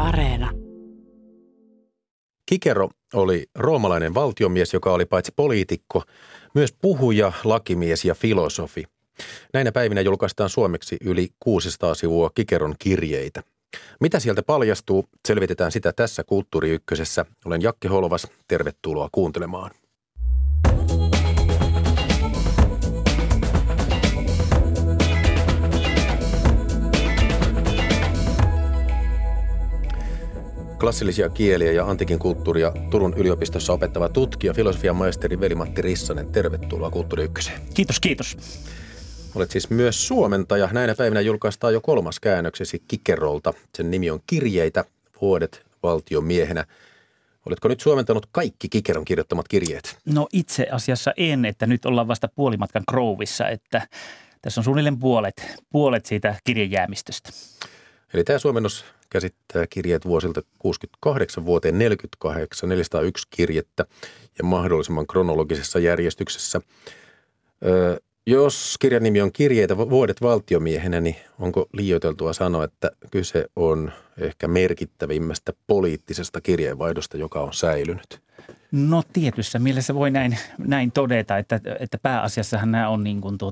Areena. Kikero oli roomalainen valtiomies, joka oli paitsi poliitikko, myös puhuja, lakimies ja filosofi. Näinä päivinä julkaistaan suomeksi yli 600 sivua Kikeron kirjeitä. Mitä sieltä paljastuu, selvitetään sitä tässä Kulttuuri Ykkösessä. Olen Jakke Holvas, tervetuloa kuuntelemaan. Klassillisia kieliä ja antiikin kulttuuria Turun yliopistossa opettava tutkija, filosofian maisteri Veli-Matti Rissanen. Tervetuloa Kulttuuri Ykköseen. Kiitos, kiitos. Olet siis myös suomentaja. Näinä päivinä julkaistaan jo 3. käännöksesi Kikerolta. Sen nimi on Kirjeitä, vuodet valtiomiehenä. Oletko nyt suomentanut kaikki Kikeron kirjoittamat kirjeet? No itse asiassa en, että nyt ollaan vasta puolimatkan Crowissa, että tässä on suunnilleen puolet siitä kirjejäämistöstä. Eli tämä suomennos käsittää kirjeet vuosilta 68 vuoteen 48, 401 kirjettä ja mahdollisimman kronologisessa järjestyksessä. Jos kirjan nimi on Kirjeitä, vuodet valtiomiehenä, niin onko liioiteltua sanoa, että kyse on ehkä merkittävimmästä poliittisesta kirjeenvaihdosta, joka on säilynyt? No tietyssä mielessä voi näin todeta, että pääasiassahan nämä on niin kuin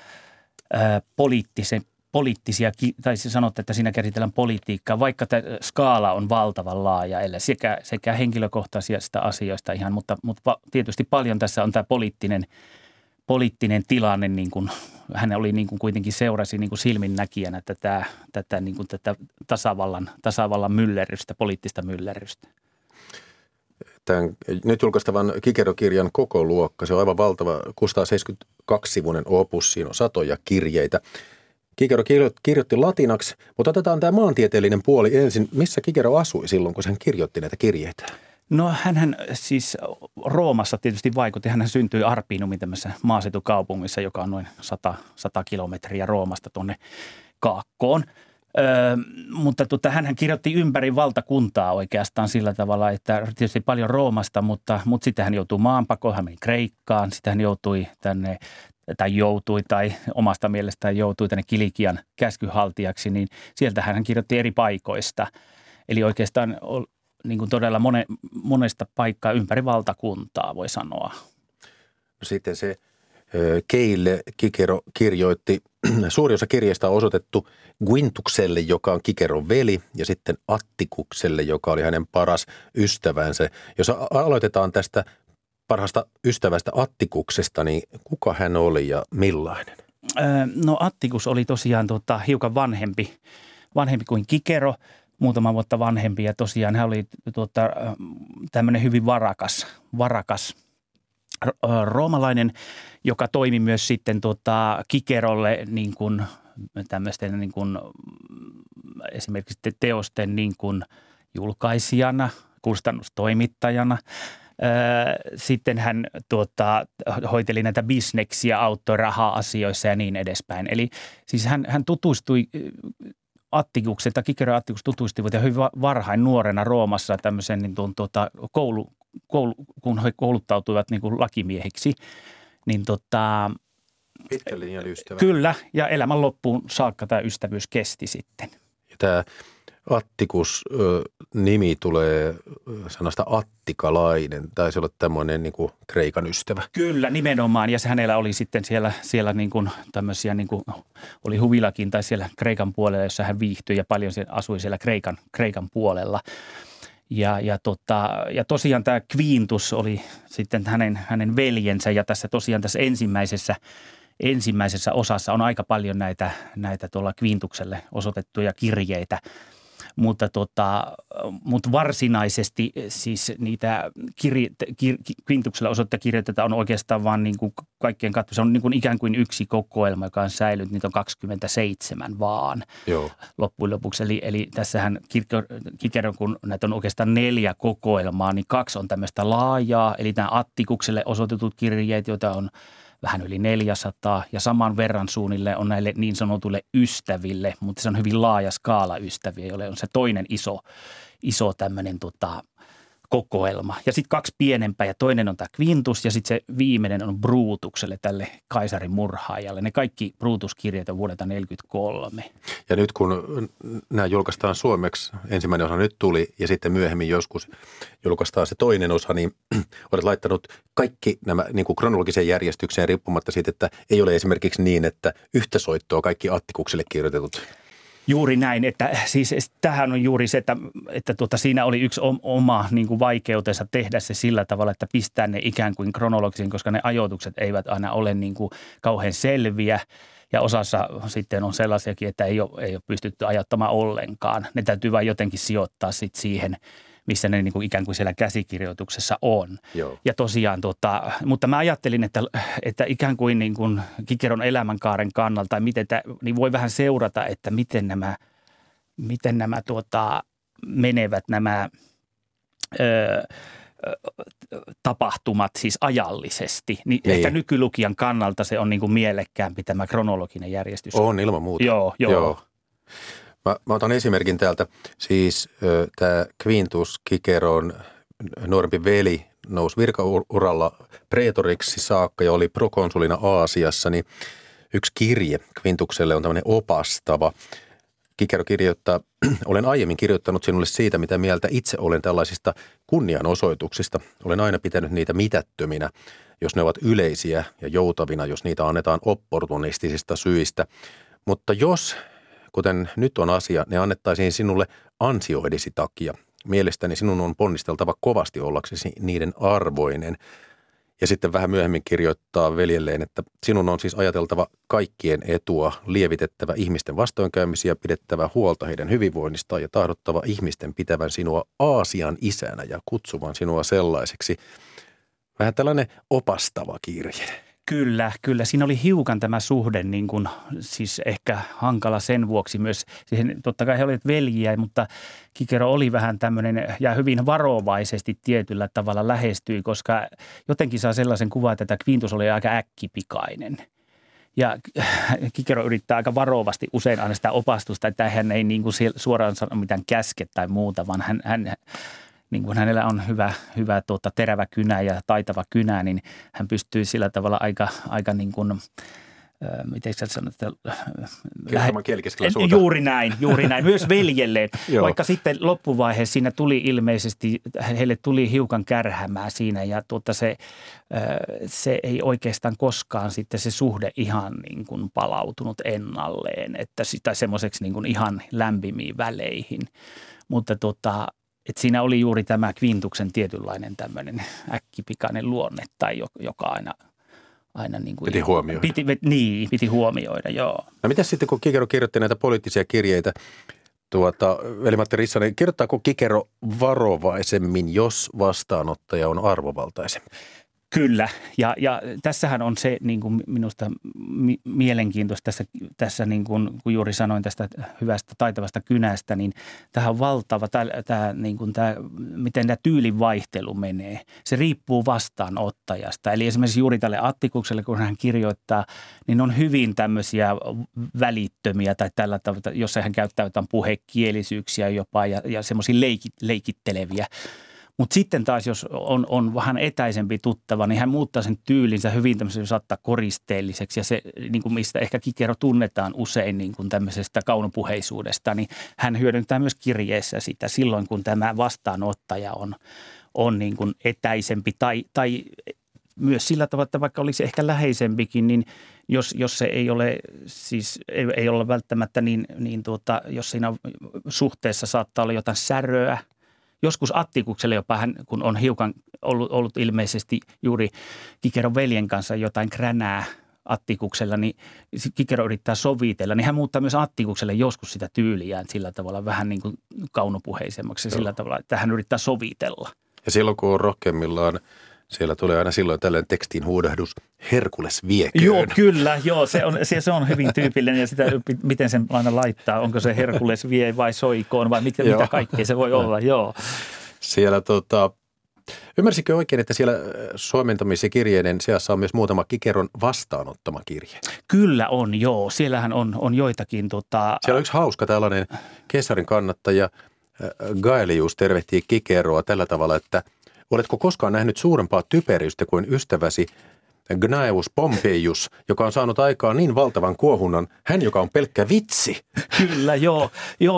poliittisia, tai sanotte, että siinä käsitellään politiikkaa, vaikka tämä skaala on valtavan laaja, eli sekä henkilökohtaisista asioista ihan, mutta tietysti paljon tässä on tämä poliittinen tilanne, niin kuin hän oli niin kuin kuitenkin seurasi niin kuin silminnäkijänä tätä tasavallan myllerrystä, poliittista myllerrystä. Tämän nyt julkaistavan Kikero-kirjan koko luokka, se on aivan valtava, 672-sivuinen opus, siinä on satoja kirjeitä. Kikero kirjoitti latinaksi, mutta otetaan tämä maantieteellinen puoli ensin. Missä Kikero asui silloin, kun hän kirjoitti näitä kirjeitä? No hänhän siis Roomassa tietysti vaikutti. Hänhän syntyi Arpinumin tämmöisessä maaseutukaupungissa, joka on noin 100 kilometriä Roomasta tuonne Kaakkoon. Mutta hänhän kirjoitti ympäri valtakuntaa oikeastaan sillä tavalla, että tietysti paljon Roomasta, mutta sitten hän joutui maanpakoon, hän meni Kreikkaan, sitten hän joutui tai omasta mielestään joutui tänne Kilikian käskyhaltijaksi, niin sieltä hän kirjoitti eri paikoista. Eli oikeastaan niin kuin todella monesta paikkaa ympäri valtakuntaa voi sanoa. No sitten se keille Kikero kirjoitti, suuri osa kirjeistä on osoitettu Quintukselle, joka on Kikeron veli, ja sitten Attikukselle, joka oli hänen paras ystävänsä. Jos aloitetaan tästä parhaasta ystävästä Attikuksesta, niin kuka hän oli ja millainen? No Attikus oli tosiaan hiukan vanhempi kuin Kikero, muutama vuotta vanhempi, ja tosiaan hän oli tämmöinen hyvin varakas roomalainen, joka toimi myös sitten Kikerolle niin kuin tämmöisten niin kuin esimerkiksi teosten niin kuin julkaisijana, kustannustoimittajana. Sitten hän hoiteli näitä bisneksiä, auttoi raha-asioissa ja niin edespäin. Eli siis hän tutustui Attikuksen, tai Kikero ja Attikus tutustuivat ja hyvin varhain nuorena Roomassa tämmöisen niin kun he kouluttautuivat niin kuin lakimiehiksi, niin pitkän linjan ystävä. Kyllä, ja elämän loppuun saakka tämä ystävyys kesti sitten. Ja tämä Attikus-nimi tulee sanasta attikalainen, taisi olla tämmöinen niin kuin Kreikan ystävä. Kyllä, nimenomaan, ja hänellä oli sitten siellä niin kuin tämmöisiä, niin kuin oli huvilakin tai siellä Kreikan puolella, jossa hän viihtyi ja paljon asui siellä Kreikan puolella. Ja tosiaan tämä Quintus oli sitten hänen veljensä, ja tässä tosiaan tässä ensimmäisessä osassa on aika paljon näitä tuolla Quintukselle osoitettuja kirjeitä. Mutta varsinaisesti siis niitä Quintukselle osoittaa kirjoitteita on oikeastaan vaan niin kuin kaikkien katsoa. Se on niin kuin ikään kuin yksi kokoelma, joka on säilynyt. Niitä on 27 vaan. Joo. Loppujen lopuksi. Eli tässähän Kikeron, kun näitä on oikeastaan 4 kokoelmaa, niin 2 on tämmöistä laajaa. Eli nämä Attikukselle osoitetut kirjeet, joita on vähän yli 400 ja saman verran suunnilleen on näille niin sanotuille ystäville, mutta se on hyvin laaja skaala ystäviä, joille on se toinen iso tämmöinen kokoelma. Ja sitten 2 pienempää ja toinen on tämä Quintus ja sitten se viimeinen on Brutukselle, tälle kaisarin murhaajalle. Ne kaikki Brutus-kirjat on vuodelta 1943. Ja nyt kun nämä julkaistaan suomeksi, ensimmäinen osa nyt tuli ja sitten myöhemmin joskus julkaistaan se toinen osa, niin olet laittanut kaikki nämä niin kuin kronologiseen järjestykseen riippumatta siitä, että ei ole esimerkiksi niin, että yhtä soittoa kaikki Attikukselle kirjoitetut. Juuri näin, että siis tähän on juuri se, että siinä oli yksi oma niin kuin vaikeutensa tehdä se sillä tavalla, että pistää ne ikään kuin kronologisiin, koska ne ajoitukset eivät aina ole niin kuin kauhean selviä. Ja osassa sitten on sellaisiakin, että ei ole pystytty ajattamaan ollenkaan. Ne täytyy vain jotenkin sijoittaa sitten siihen, missä ne niin kuin ikään kuin siellä käsikirjoituksessa on. Joo. Ja tosiaan, mutta mä ajattelin, että ikään kuin, niin kuin Ciceron elämänkaaren kannalta, niin voi vähän seurata, että miten nämä menevät nämä tapahtumat siis ajallisesti. Niin. Ehkä nykylukijan kannalta se on niin kuin mielekkäämpi tämä kronologinen järjestys. On ilman muuta. Joo. Mä otan esimerkin täältä. Siis tämä Quintus Ciceron nuorempi veli nousi virkauralla preetoriksi saakka ja oli prokonsulina Aasiassa, niin yksi kirje Quintukselle on tämmöinen opastava. Cicero kirjoittaa, olen aiemmin kirjoittanut sinulle siitä, mitä mieltä itse olen tällaisista kunnianosoituksista. Olen aina pitänyt niitä mitättöminä, jos ne ovat yleisiä ja joutavina, jos niitä annetaan opportunistisista syistä. Mutta jos, kuten nyt on asia, ne annettaisiin sinulle ansioidesi takia. Mielestäni sinun on ponnisteltava kovasti ollaksesi niiden arvoinen. Ja sitten vähän myöhemmin kirjoittaa veljelleen, että sinun on siis ajateltava kaikkien etua, lievitettävä ihmisten vastoinkäymisiä, pidettävä huolta heidän hyvinvoinnistaan ja tahdottava ihmisten pitävän sinua Aasian isänä ja kutsuvan sinua sellaiseksi. Vähän tällainen opastava kirje. Kyllä. Siinä oli hiukan tämä suhde, niin kuin, siis ehkä hankala sen vuoksi myös. Siihen, totta kai he olivat veljiä, mutta Cicero oli vähän tämmöinen ja hyvin varovaisesti tietyllä tavalla lähestyi, koska jotenkin saa sellaisen kuvan, että tämä Quintus oli aika äkkipikainen. Ja Cicero yrittää aika varovasti usein aina sitä opastusta, että hän ei niin kuin suoraan sano mitään käske tai muuta, vaan hän niin kuin hänellä on hyvä terävä kynä ja taitava kynä, niin hän pystyy sillä tavalla aika niin kuin, miten sä sanot, kertomaan kielikeskellä suuta. Juuri näin, myös veljelleen. Vaikka sitten loppuvaiheessa siinä tuli ilmeisesti, heille tuli hiukan kärhämää siinä ja se ei oikeastaan koskaan sitten se suhde ihan niin kuin palautunut ennalleen, että sitä semmoiseksi niin kuin ihan lämpimiin väleihin, mutta että siinä oli juuri tämä Quintuksen tietynlainen tämmöinen äkkipikainen luonne, tai joka aina niin kuin piti huomioida. Piti huomioida, joo. No mitäs sitten, kun Cicero kirjoitti näitä poliittisia kirjeitä, veli-Matti Rissanen, kirjoittaako Cicero varovaisemmin, jos vastaanottaja on arvovaltaisempi? Kyllä, ja tässähän on se niin kuin minusta mielenkiintoista tässä niin kuin, kun juuri sanoin tästä hyvästä taitavasta kynästä, niin tähän on valtava, miten tämä tyylin vaihtelu menee. Se riippuu vastaanottajasta. Eli esimerkiksi juuri tälle Attikukselle, kun hän kirjoittaa, niin on hyvin tämmöisiä välittömiä tai tällä tavalla, jossa hän käyttää jotain puhekielisyyksiä jopa ja semmoisia leikitteleviä. Mutta sitten taas, jos on vähän etäisempi tuttava, niin hän muuttaa sen tyylinsä hyvin tämmöisen saattaa koristeelliseksi. Ja se, niin kuin mistä ehkä Cicero tunnetaan usein niin kuin tämmöisestä kaunopuheisuudesta, niin hän hyödyntää myös kirjeessä sitä silloin, kun tämä vastaanottaja on niin kuin etäisempi tai myös sillä tavalla, että vaikka olisi ehkä läheisempikin, niin jos se ei ole, siis ei ole välttämättä jos siinä suhteessa saattaa olla jotain säröä. Joskus Attikukselle jopa hän, kun on hiukan ollut ilmeisesti juuri Ciceron veljen kanssa jotain kränää Attikuksella, niin Cicero yrittää sovitella, niin hän muuttaa myös Attikukselle joskus sitä tyyliään sillä tavalla vähän niin kuin kaunopuheisemmaksi sillä tavalla, että hän yrittää sovitella. Ja silloin kun on rohkeimmillaan, siellä tulee aina silloin tällainen tekstin huudahdus, Herkules vieköön. Joo, kyllä, se on hyvin tyypillinen ja sitä, miten sen aina laittaa, onko se Herkules vie vai soikoon vai mitä kaikkea se voi olla, joo. Siellä ymmärsikö oikein, että siellä suomentamis- ja kirjeiden seassa on myös muutama Ciceron vastaanottama kirje? Kyllä on, joo. Siellähän on joitakin. Siellä on yksi hauska tällainen Keesarin kannattaja Gaelius tervehtii Ciceroa tällä tavalla, että oletko koskaan nähnyt suurempaa typeryystä kuin ystäväsi Gnaeus Pompeius, joka on saanut aikaan niin valtavan kuohunnan, hän joka on pelkkä vitsi. Kyllä, joo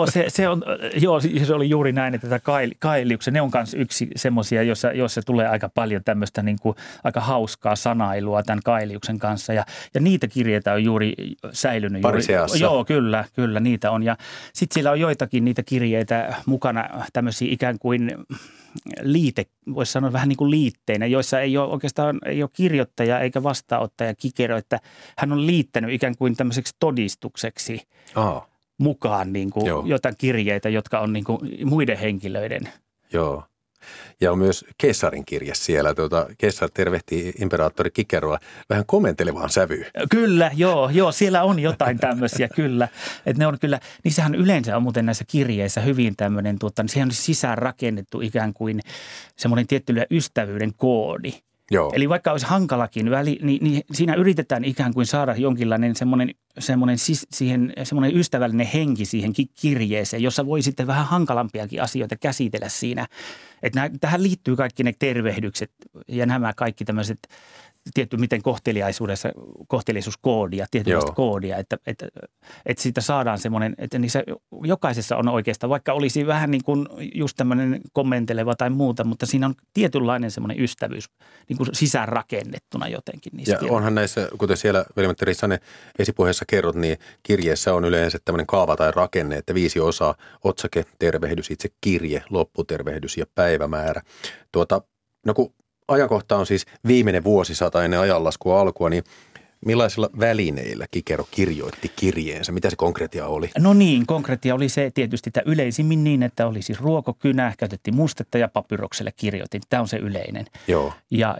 se oli juuri näin, että tämä Gaeliuksen, ne on myös yksi semmoisia, joissa tulee aika paljon tämmöistä niin kuin aika hauskaa sanailua tämän Gaeliuksen kanssa ja niitä kirjeitä on juuri säilynyt. Pariseassa. Joo, kyllä niitä on ja sitten siellä on joitakin niitä kirjeitä mukana tämmöisiä ikään kuin voisi sanoa vähän niin kuin liitteinä, joissa ei ole oikeastaan ei ole kirjoittaja eikä vastaanottaja Cicero, että hän on liittänyt ikään kuin tämmöiseksi todistukseksi mukaan niin kuin jotain kirjeitä, jotka on niin kuin muiden henkilöiden. Joo. Ja on myös Kesarin kirje siellä. Kesar tervehtii imperaattori Ciceroa vähän komentelevaan sävyyn. Kyllä, joo, siellä on jotain tämmöisiä kyllä. Että ne on kyllä, niissähän yleensä on muuten näissä kirjeissä hyvin tämmöinen, siihen on sisään rakennettu ikään kuin semmoinen tietty ystävyyden koodi. Joo. Eli vaikka olisi hankalakin väli, niin siinä yritetään ikään kuin saada jonkinlainen semmoinen ystävällinen henki siihen kirjeeseen, jossa voi sitten vähän hankalampiakin asioita käsitellä siinä. Että tähän liittyy kaikki ne tervehdykset ja nämä kaikki tämmöiset tietty miten kohteliaisuuskoodia, tietynlaista koodia, että siitä saadaan semmoinen, että niissä jokaisessa on oikeastaan, vaikka olisi vähän niin kuin just tämmöinen kommenteleva tai muuta, mutta siinä on tietynlainen semmoinen ystävyys niin kuin sisäänrakennettuna jotenkin. Ja onhan näissä, kuten siellä veli-matti Rissanen esipuheessa kerrot, niin kirjeessä on yleensä tämmöinen kaava tai rakenne, että 5 osaa, otsake, tervehdys, itse kirje, lopputervehdys ja päivämäärä. No kun ajankohta on siis viimeinen vuosisata ennen ajanlaskua alkua, niin millaisilla välineillä Cicero kirjoitti kirjeensä? Mitä se konkretia oli? No niin, konkretia oli se tietysti, että yleisimmin niin, että oli siis ruokokynä, käytettiin mustetta ja papyrokselle kirjoitin. Tämä on se yleinen. Joo.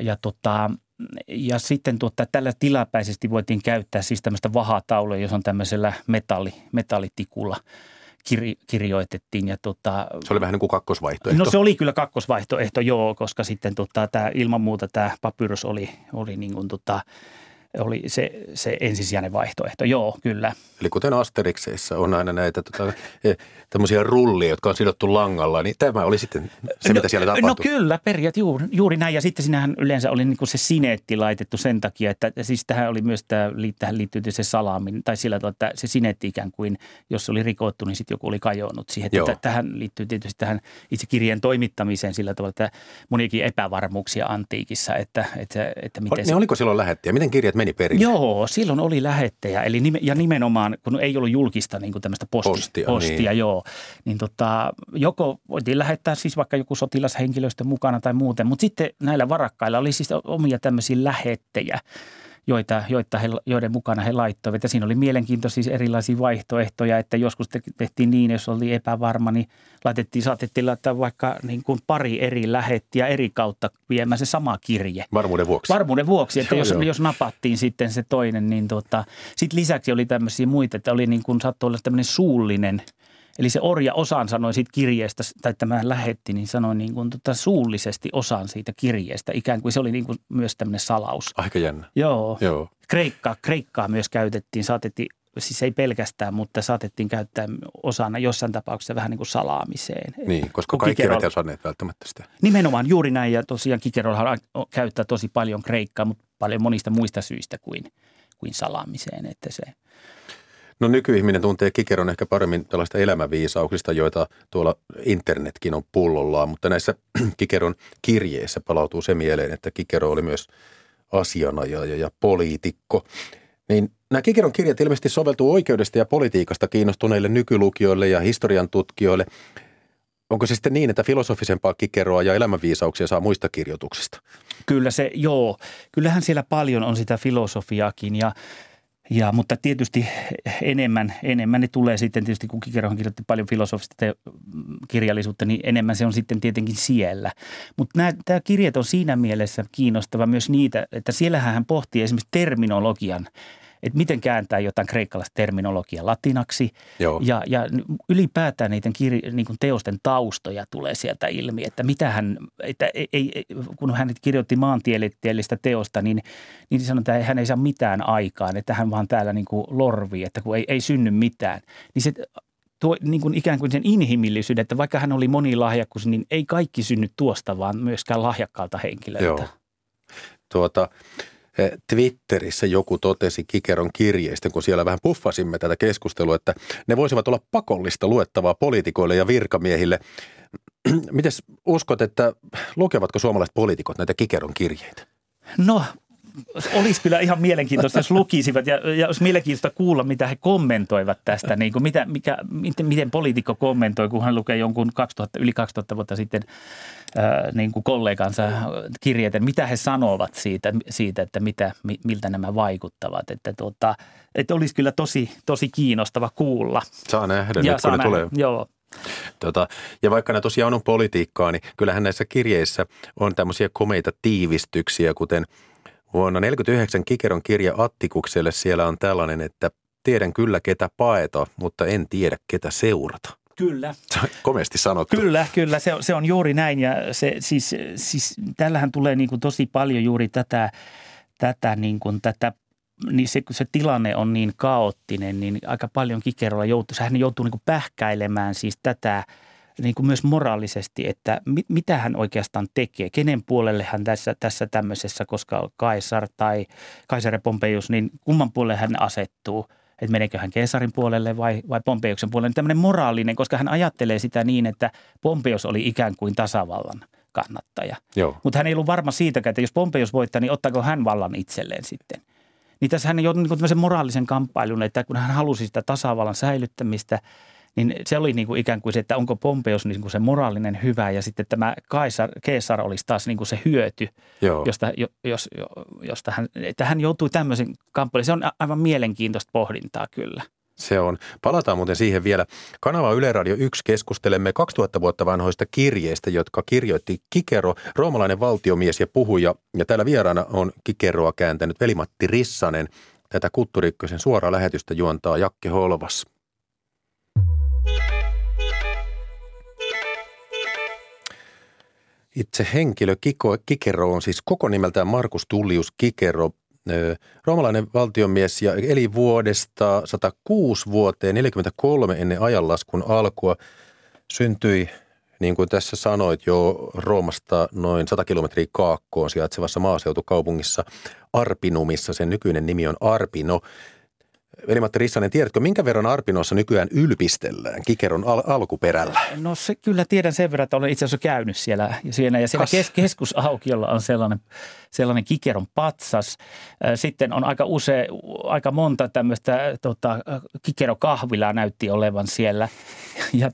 Ja sitten tällä tilapäisesti voitiin käyttää siis tämmöistä vahataulua, jos on tämmöisellä metallitikulla kirjoitettiin. Ja se oli vähän niin kuin kakkosvaihtoehto. No se oli kyllä kakkosvaihtoehto, joo, koska sitten tämä ilman muuta tämä papyrus oli niin kuin oli se ensisijainen vaihtoehto, joo, kyllä. Eli kuten Asterixeissa on aina näitä tämmöisiä rullia, jotka on sidottu langalla, niin tämä oli sitten se, mitä siellä tapahtui. No kyllä, juuri näin. Ja sitten siinähän yleensä oli niin kuin se sineetti laitettu sen takia, että siis tähän oli myös tähän liittyy se salaamin, tai sillä tavalla, että se sineetti ikään kuin, jos se oli rikottu, niin sitten joku oli kajonnut siihen. Tähän liittyy tietysti tähän itse kirjeen toimittamiseen sillä tavalla, että moniakin epävarmuuksia antiikissa, että miten se... Oliko silloin lähettäjä? Miten kirjat meni perille? Joo, silloin oli lähettäjä, eli nimenomaan, kun ei ollut julkista niin kuin tämmöistä postia niin. Joo, niin joko voitiin lähettää siis vaikka joku sotilashenkilöstö mukana tai muuten, mutta sitten näillä varakkailla oli siis omia tämmöisiä lähettejä, joiden mukana he laittoivat. Ja siinä oli mielenkiintoisia erilaisia vaihtoehtoja, että joskus tehtiin niin, jos oli epävarma, niin saatettiin laittaa vaikka niin kuin pari eri lähettiä eri kautta viemään se sama kirje. Varmuuden vuoksi, että jos napattiin sitten se toinen, niin sitten lisäksi oli tämmöisiä muita, että oli niin kuin saattoi olla tämmöinen suullinen. Eli se orja osan sanoi siitä kirjeestä, tai tämä lähetti, niin sanoi niin kuin suullisesti osan siitä kirjeestä. Ikään kuin se oli niin kuin myös tämmöinen salaus. Aika jännä. Joo. Kreikkaa myös käytettiin, siis ei pelkästään, mutta saatettiin käyttää osana jossain tapauksessa vähän niin kuin salaamiseen. Niin, koska kaikki eivät osanneet välttämättä sitä. Nimenomaan juuri näin, ja tosiaan Cicerohan käyttää tosi paljon kreikkaa, mutta paljon monista muista syistä kuin salaamiseen, että se... No nykyihminen tuntee Ciceron ehkä paremmin tällaista elämänviisauksista, joita tuolla internetkin on pullollaan, mutta näissä Ciceron kirjeissä palautuu se mieleen, että Cicero oli myös asianajaja ja poliitikko. Niin nämä Ciceron kirjat ilmeisesti soveltuu oikeudesta ja politiikasta kiinnostuneille nykylukijoille ja historian tutkijoille. Onko se sitten niin, että filosofisempaa Ciceroa ja elämänviisauksia saa muista kirjoituksista? Kyllä kyllähän siellä paljon on sitä filosofiaakin mutta tietysti enemmän ne tulee sitten tietysti, kun Cicerohan kirjoitti paljon filosofista kirjallisuutta, niin enemmän se on sitten tietenkin siellä. Mutta tämä kirjat on siinä mielessä kiinnostava myös niitä, että siellähän hän pohtii esimerkiksi terminologian, että miten kääntää jotain kreikkalaista terminologiaa latinaksi. Ja ylipäätään niiden niin kuin teosten taustoja tulee sieltä ilmi, että kun hän kirjoitti maantieteellistä teosta, niin sanotaan, että hän ei saa mitään aikaan, että hän vaan täällä niin kuin lorvii, että kun ei synny mitään. Niin se niin kuin ikään kuin sen inhimillisyyden, että vaikka hän oli monilahjakkuus, niin ei kaikki synny tuosta, vaan myöskään lahjakkaalta henkilöltä. Joo. Twitterissä joku totesi Kikeron kirjeistä, kun siellä vähän puffasimme tätä keskustelua, että ne voisivat olla pakollista luettavaa poliitikoille ja virkamiehille. Mites uskot, että lukevatko suomalaiset poliitikot näitä Kikeron kirjeitä? No, olisi kyllä ihan mielenkiintoista, jos lukisivat ja olisi mielenkiintoista kuulla, mitä he kommentoivat tästä. Niin kuin miten poliitikko kommentoi, kun hän lukee jonkun yli 2000 vuotta sitten niin kuin kollegansa kirjeitä. Mitä he sanovat siitä että miltä nämä vaikuttavat. Että olisi kyllä tosi kiinnostava kuulla. Saa nähdä nyt, kun ne tulee. Joo. Ja vaikka nämä tosiaan on politiikkaa, niin kyllähän näissä kirjeissä on tämmöisiä komeita tiivistyksiä, kuten vuonna 1949 Kikeron kirja Attikukselle siellä on tällainen, että tiedän kyllä ketä paeta, mutta en tiedä ketä seurata. Kyllä. Komeasti sanottu. Kyllä. Se on juuri näin ja se, siis tällähän tulee niin kuin tosi paljon juuri tätä niin se tilanne on niin kaoottinen, niin aika paljon Kikerolla hän joutuu niin kuin pähkäilemään siis tätä niin kuin myös moraalisesti, että mitä hän oikeastaan tekee, kenen puolelle hän tässä tämmöisessä, koska Kaisar tai Kaisari Pompeius, niin kumman puolelle hän asettuu, että meneekö hän Keesarin puolelle vai Pompeuksen puolelle. Tämmöinen moraalinen, koska hän ajattelee sitä niin, että Pompeius oli ikään kuin tasavallan kannattaja. Mutta hän ei ollut varma siitäkään, että jos Pompeius voittaa, niin ottaako hän vallan itselleen sitten. Niin tässä hän joutui niin tämmöisen moraalisen kamppailun, että kun hän halusi sitä tasavallan säilyttämistä, niin se oli niin kuin ikään kuin se, että onko Pompeius niin kuin se moraalinen hyvä ja sitten tämä Keesar olisi taas niin kuin se hyöty, josta hän joutui tämmöisen kamppailuun. Se on aivan mielenkiintoista pohdintaa kyllä. Se on. Palataan muuten siihen vielä. Kanava Yle Radio 1 keskustelemme 2000 vuotta vanhoista kirjeistä, jotka kirjoitti Kikero, roomalainen valtiomies ja puhuja. Ja täällä vieraana on Kikeroa kääntänyt Veli-Matti Rissanen. Tätä Kulttuuri Ykkösen suoraa lähetystä juontaa Jakke Holvas. Itse henkilö Kikero on siis koko nimeltään Marcus Tullius Kikero, roomalainen valtiomies ja eli vuodesta 106 vuoteen 43 ennen ajanlaskun alkua. Syntyi, niin kuin tässä sanoit, jo Roomasta noin 100 kilometriä kaakkoon sijaitsevassa maaseutukaupungissa Arpinumissa. Sen nykyinen nimi on Arpino. Veli-Matti Rissanen, tiedätkö, minkä verran Arpinossa nykyään ylpistellään Kikeron alkuperällä? No se kyllä tiedän sen verran, että olen itse asiassa käynyt siellä ja siellä keskusaukiolla on sellainen Kikeron patsas. Sitten on aika monta tämmöistä Kikero-kahvilaa näytti olevan siellä ja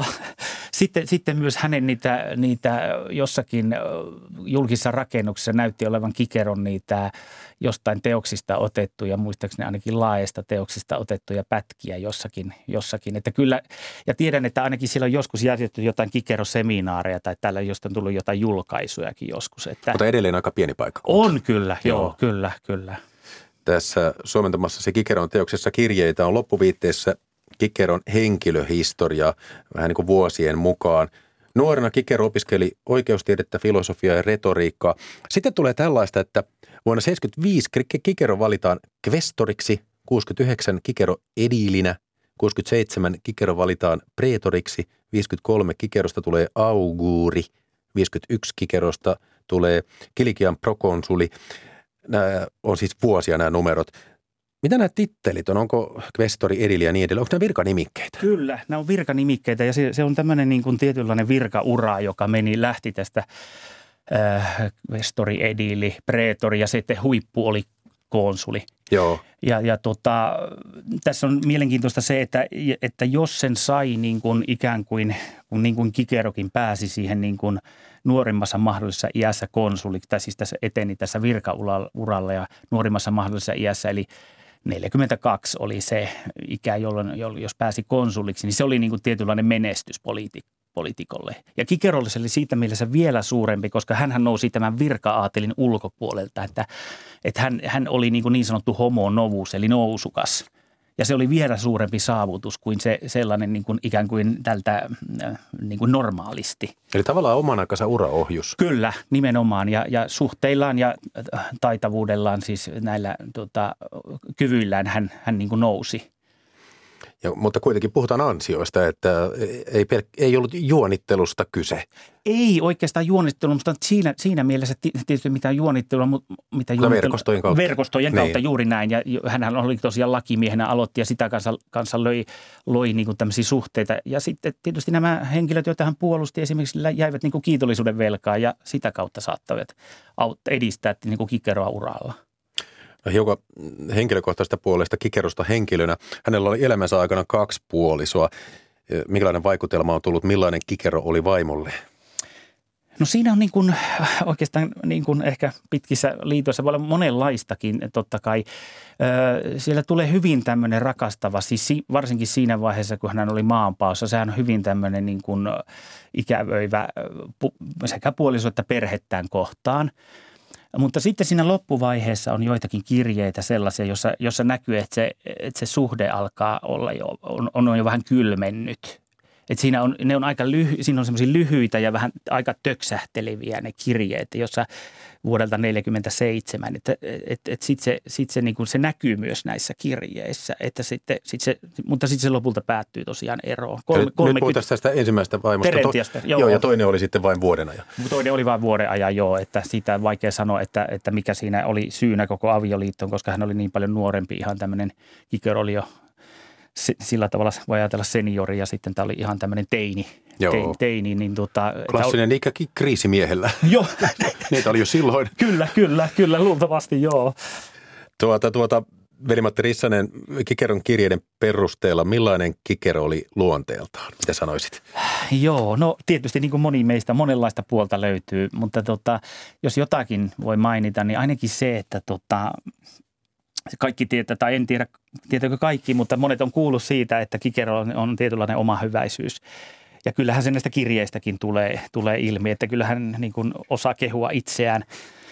sitten myös hänen niitä jossakin julkisissa rakennuksissa näytti olevan Kikeron niitä jostain teoksista otettuja, muistaakseni ainakin laajasta teoksista otettuja pätkiä jossakin. Että kyllä, ja tiedän, että ainakin siellä on joskus järjestetty jotain Kikero-seminaareja tai täällä josta on tullut jotain julkaisujakin joskus. Mutta edelleen aika pieni paikka. On kyllä, joo, kyllä. Tässä suomentamassa se Kikeron teoksessa kirjeitä on loppuviitteessä Kikeron henkilöhistoria vähän niin kuin vuosien mukaan. Nuorena Kikero opiskeli oikeustiedettä, filosofiaa ja retoriikkaa. Sitten tulee tällaista, että vuonna 1975 Kikero valitaan kvestoriksi, 69 Kikero ediilinä, 67 Kikero valitaan preetoriksi, 53 Kikerosta tulee auguuri, 51 Kikerosta tulee Kilikian prokonsuli. Nämä on siis vuosia nämä numerot. Mitä nämä tittelit on? Onko kvestori, edili ja niin edelleen? Onko nämä virkanimikkeitä? Kyllä, nämä on virkanimikkeitä ja se on tämmöinen niin kuin tietynlainen virkaura, joka lähti tästä kvestori, edili, preetori ja sitten huippu oli konsuli. Joo. Ja tässä on mielenkiintoista se, että jos sen sai niin kuin ikään kuin, kun niin kuin Kikerokin pääsi siihen niin kuin nuorimmassa mahdollisessa iässä konsuliksi, tai siis tässä eteni tässä virkauralla ja nuorimmassa mahdollisessa iässä, eli 42 oli se ikä, jolloin jos pääsi konsuliksi, niin se oli niin kuin tietynlainen menestys poliitikolle. Ja Kikerolle se oli siitä mielessä vielä suurempi, koska hänhän nousi tämän virka-aatelin ulkopuolelta, että hän oli niin sanottu homo novus, eli nousukas. Ja se oli vielä suurempi saavutus kuin se sellainen niin kuin ikään kuin tältä niin kuin normaalisti. Eli tavallaan oman aikansa uraohjus. Kyllä, nimenomaan. Ja suhteillaan ja taitavuudellaan, siis näillä kyvyillään hän niin kuin nousi. Mutta kuitenkin puhutaan ansioista, että ei ollut juonittelusta kyse. Ei oikeastaan juonittelua, mutta siinä mielessä tietysti mitään juonittelua, mutta verkostojen kautta niin. Juuri näin. Ja hänhän oli tosiaan lakimiehenä aloitti ja sitä kanssa loi niin kuin tämmöisiä suhteita. Ja sitten tietysti nämä henkilöt, joita hän puolusti esimerkiksi jäivät niin kuin kiitollisuuden velkaan ja sitä kautta saattavat edistää niin kuin Kikeroa uralla. Hiukan henkilökohtaisesta puolesta Kikerosta henkilönä. Hänellä oli elämänsä aikana 2 puolisoa. Minkälainen vaikutelma on tullut, millainen Kikero oli vaimolle? No siinä on niin kuin, oikeastaan niin kuin ehkä pitkissä liitoissa voi olla monenlaistakin totta kai. Siellä tulee hyvin tämmöinen rakastava, siis varsinkin siinä vaiheessa, kun hän oli maanpaossa. Sehän on hyvin tämmöinen niin kuin ikävöivä sekä puoliso että perhettään kohtaan. Mutta sitten siinä loppuvaiheessa on joitakin kirjeitä sellaisia, jossa näkyy, että se suhde alkaa olla jo, on jo vähän kylmennyt. Että siinä on semmoisia lyhyitä ja vähän aika töksähteleviä ne kirjeet, jossa vuodelta 1947, että sitten se, niin kuin se näkyy myös näissä kirjeissä, mutta sitten se lopulta päättyy tosiaan eroon. Nyt puhutaan tästä ensimmäisestä vaimosta. Terentiasta, joo, ja toinen oli sitten vain vuoden ajan. Toinen oli vain vuoden ajan, joo, että siitä on vaikea sanoa, että mikä siinä oli syynä koko avioliittoon, koska hän oli niin paljon nuorempi, ihan tämmöinen Kikero oli jo sillä tavalla voi ajatella seniori ja sitten tämä oli ihan tämmöinen teini. Niin klassinen ikä kriisimiehellä. Joo. Niitä oli jo silloin. Kyllä, luultavasti joo. Veli-Matti Rissanen, Kikeron kirjeiden perusteella, millainen Kikero oli luonteeltaan? Mitä sanoisit? Joo, no tietysti niin kuin moni meistä monenlaista puolta löytyy, mutta jos jotakin voi mainita, niin ainakin se, että kaikki tietää, tai en tiedä, tietääkö kaikki, mutta monet on kuullut siitä, että Kikero on tietynlainen omahyväisyys. Ja kyllähän se näistä kirjeistäkin tulee ilmi, että kyllähän niin kuin osaa kehua itseään.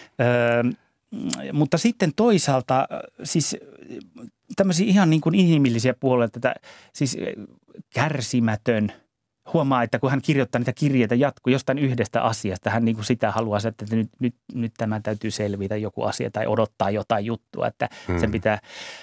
Mutta sitten toisaalta siis tämmöisiä ihan niin kuin inhimillisiä puolia, siis kärsimätön. Huomaa, että kun hän kirjoittaa niitä kirjeitä jatkuu jostain yhdestä asiasta, hän niin kuin sitä haluaa, että nyt tämä täytyy selvitä joku asia tai odottaa jotain juttua, että sen pitää.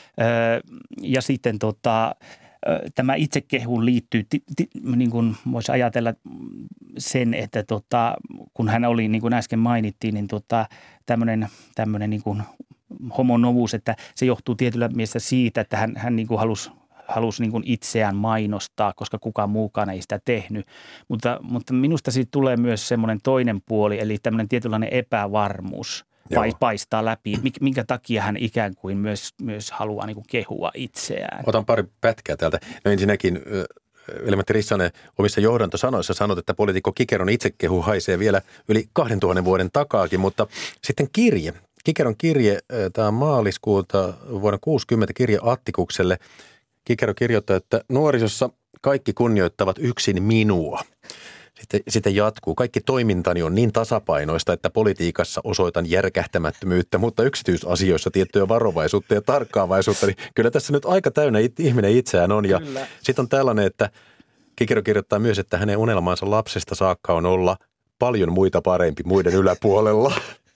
Ja sitten tämä itsekehuun liittyy, niin kuin voisi ajatella sen, että kun hän oli, niin kuin äsken mainittiin, niin tämmöinen niin kuin homonovuus, että se johtuu tietyllä mielessä siitä, että hän niin kuin halusi niin kuin itseään mainostaa, koska kukaan muukaan ei sitä tehnyt. Mutta minusta siitä tulee myös semmoinen toinen puoli, eli tämmöinen tietynlainen epävarmuus paistaa läpi, minkä takia hän ikään kuin myös haluaa niin kuin kehua itseään. Otan pari pätkää täältä. No ensinnäkin Veli-Matti Rissanen omissa johdantosanoissa sanoi, että poliitikko Kikeron itsekehu haisee vielä yli 2000 vuoden takaakin, mutta sitten kirje. Kikeron kirje, tämä on maaliskuuta vuonna 1960 kirje Attikukselle. Kikero kirjoittaa, että nuorisossa kaikki kunnioittavat yksin minua. Sitten jatkuu. Kaikki toimintani on niin tasapainoista, että politiikassa osoitan järkähtämättömyyttä, mutta yksityisasioissa tiettyä varovaisuutta ja tarkkaavaisuutta. Niin kyllä tässä nyt aika täynnä ihminen itseään on. Ja sitten on tällainen, että Kikero kirjoittaa myös, että hänen unelmaansa lapsesta saakka on olla paljon muita parempi muiden yläpuolella.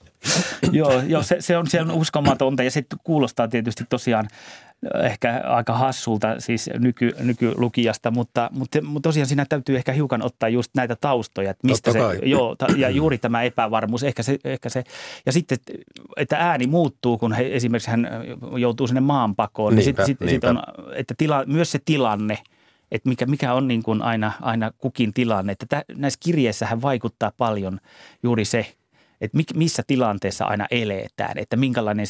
Joo, se on uskomatonta ja se kuulostaa tietysti tosiaan ehkä aika hassulta siis nykylukijasta, mutta tosiaan siinä täytyy ehkä hiukan ottaa just näitä taustoja, että mistä ja juuri tämä epävarmuus, ehkä se, ja sitten, että ääni muuttuu, kun esimerkiksi hän joutuu sinne maanpakoon, niin sitten on, että myös se tilanne, että mikä on niin kuin aina kukin tilanne, että näissä kirjeissä hän vaikuttaa paljon juuri se, että missä tilanteessa aina eletään, että minkälainen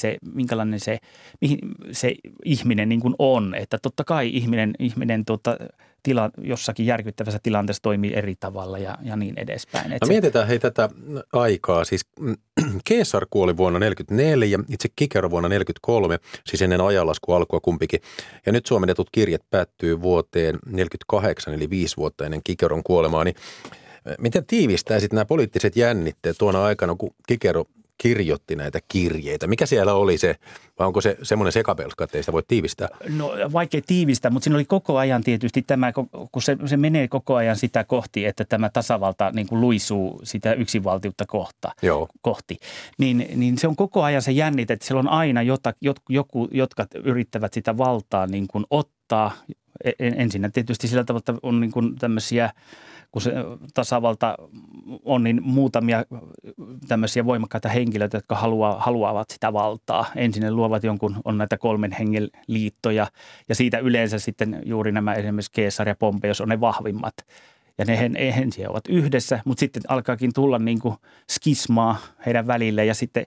se ihminen niin kuin on. Että totta kai ihminen jossakin järkyttävässä tilanteessa toimii eri tavalla ja niin edespäin. No mietitään tätä aikaa. Siis Caesar kuoli vuonna 1944, itse Kikero vuonna 1943, siis ennen ajanlaskun alkua kumpikin. Ja nyt suomennetut kirjat päättyy vuoteen 1948, eli 5 vuotta ennen Kikeron kuolemaa. Niin miten tiivistäisit nämä poliittiset jännitteet tuona aikana, kun Kikero kirjoitti näitä kirjeitä? Mikä siellä oli se, vai onko se semmoinen sekapelska, että ei sitä voi tiivistää? No vaikea tiivistää, mutta siinä oli koko ajan tietysti tämä, kun se menee koko ajan sitä kohti, että tämä tasavalta niin kuin luisuu sitä yksinvaltiutta kohti. Niin se on koko ajan se jännite, että siellä on aina jotka yrittävät sitä valtaa niin kuin ottaa valtaa. Ensinnä tietysti sillä tavalla, että on niin kuin tämmöisiä, kun se tasavalta on niin muutamia tämmöisiä voimakkaita henkilöitä, jotka haluavat sitä valtaa. Ensin ne luovat jonkun, on näitä 3 hengen liittoja ja siitä yleensä sitten juuri nämä esimerkiksi Keesar ja Pompeius on ne vahvimmat. Ja ne ensin ovat yhdessä, mutta sitten alkaakin tulla niin kuin skismaa heidän välille ja sitten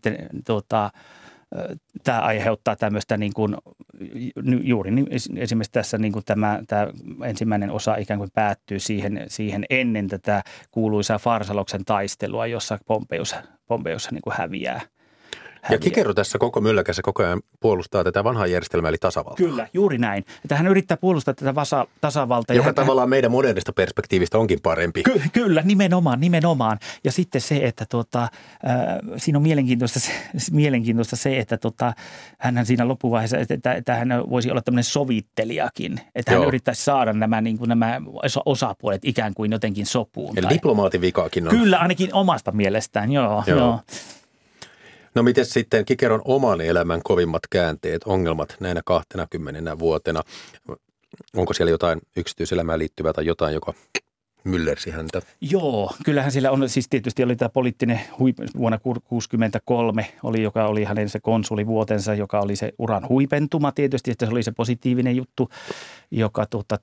tämä aiheuttaa tämmöistä niin kuin, juuri esimerkiksi tässä niin kuin tämä ensimmäinen osa ikään kuin päättyy siihen ennen tätä kuuluisaa Farsaloksen taistelua, jossa Pompeius niin kuin häviää. Ja Kikero tässä koko mylläkässä koko ajan puolustaa tätä vanhaa järjestelmää eli tasavaltaa. Kyllä, juuri näin. Että hän yrittää puolustaa tätä tasavaltaa. Joka tavallaan meidän modernista perspektiivistä onkin parempi. Kyllä, nimenomaan. Ja sitten se, että siinä on mielenkiintoista se, että hänhän siinä loppuvaiheessa, että hän voisi olla tämmöinen sovittelijakin. Että hän yrittäisi saada nämä osapuolet ikään kuin jotenkin sopuun. Eli diplomaatin vikaakin on. Kyllä, ainakin omasta mielestään, joo. No miten sitten Kikeron oman elämän kovimmat käänteet, ongelmat näinä 20 vuotena? Onko siellä jotain yksityiselämään liittyvää tai jotain, joka myllersi häntä? Joo, kyllähän sillä on, siis tietysti oli tämä poliittinen vuonna 1963, joka oli hänen se konsulivuotensa, joka oli se uran huipentuma tietysti, että se oli se positiivinen juttu, joka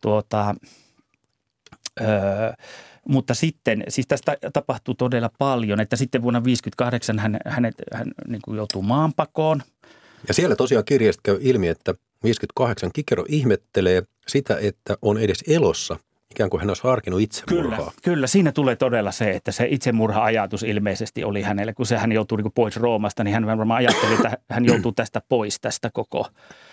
mutta sitten, siis tästä tapahtuu todella paljon, että sitten vuonna 1958 hän niin kuin joutuu maanpakoon. Ja siellä tosiaan kirjasta käy ilmi, että 58 Kikero ihmettelee sitä, että on edes elossa, ikään kuin hän olisi harkinnut itsemurhaa. Kyllä, siinä tulee todella se, että se itsemurha-ajatus ilmeisesti oli hänelle, kun hän joutuu niin kuin pois Roomasta, niin hän varmaan ajatteli, että hän joutuu tästä pois tästä koko.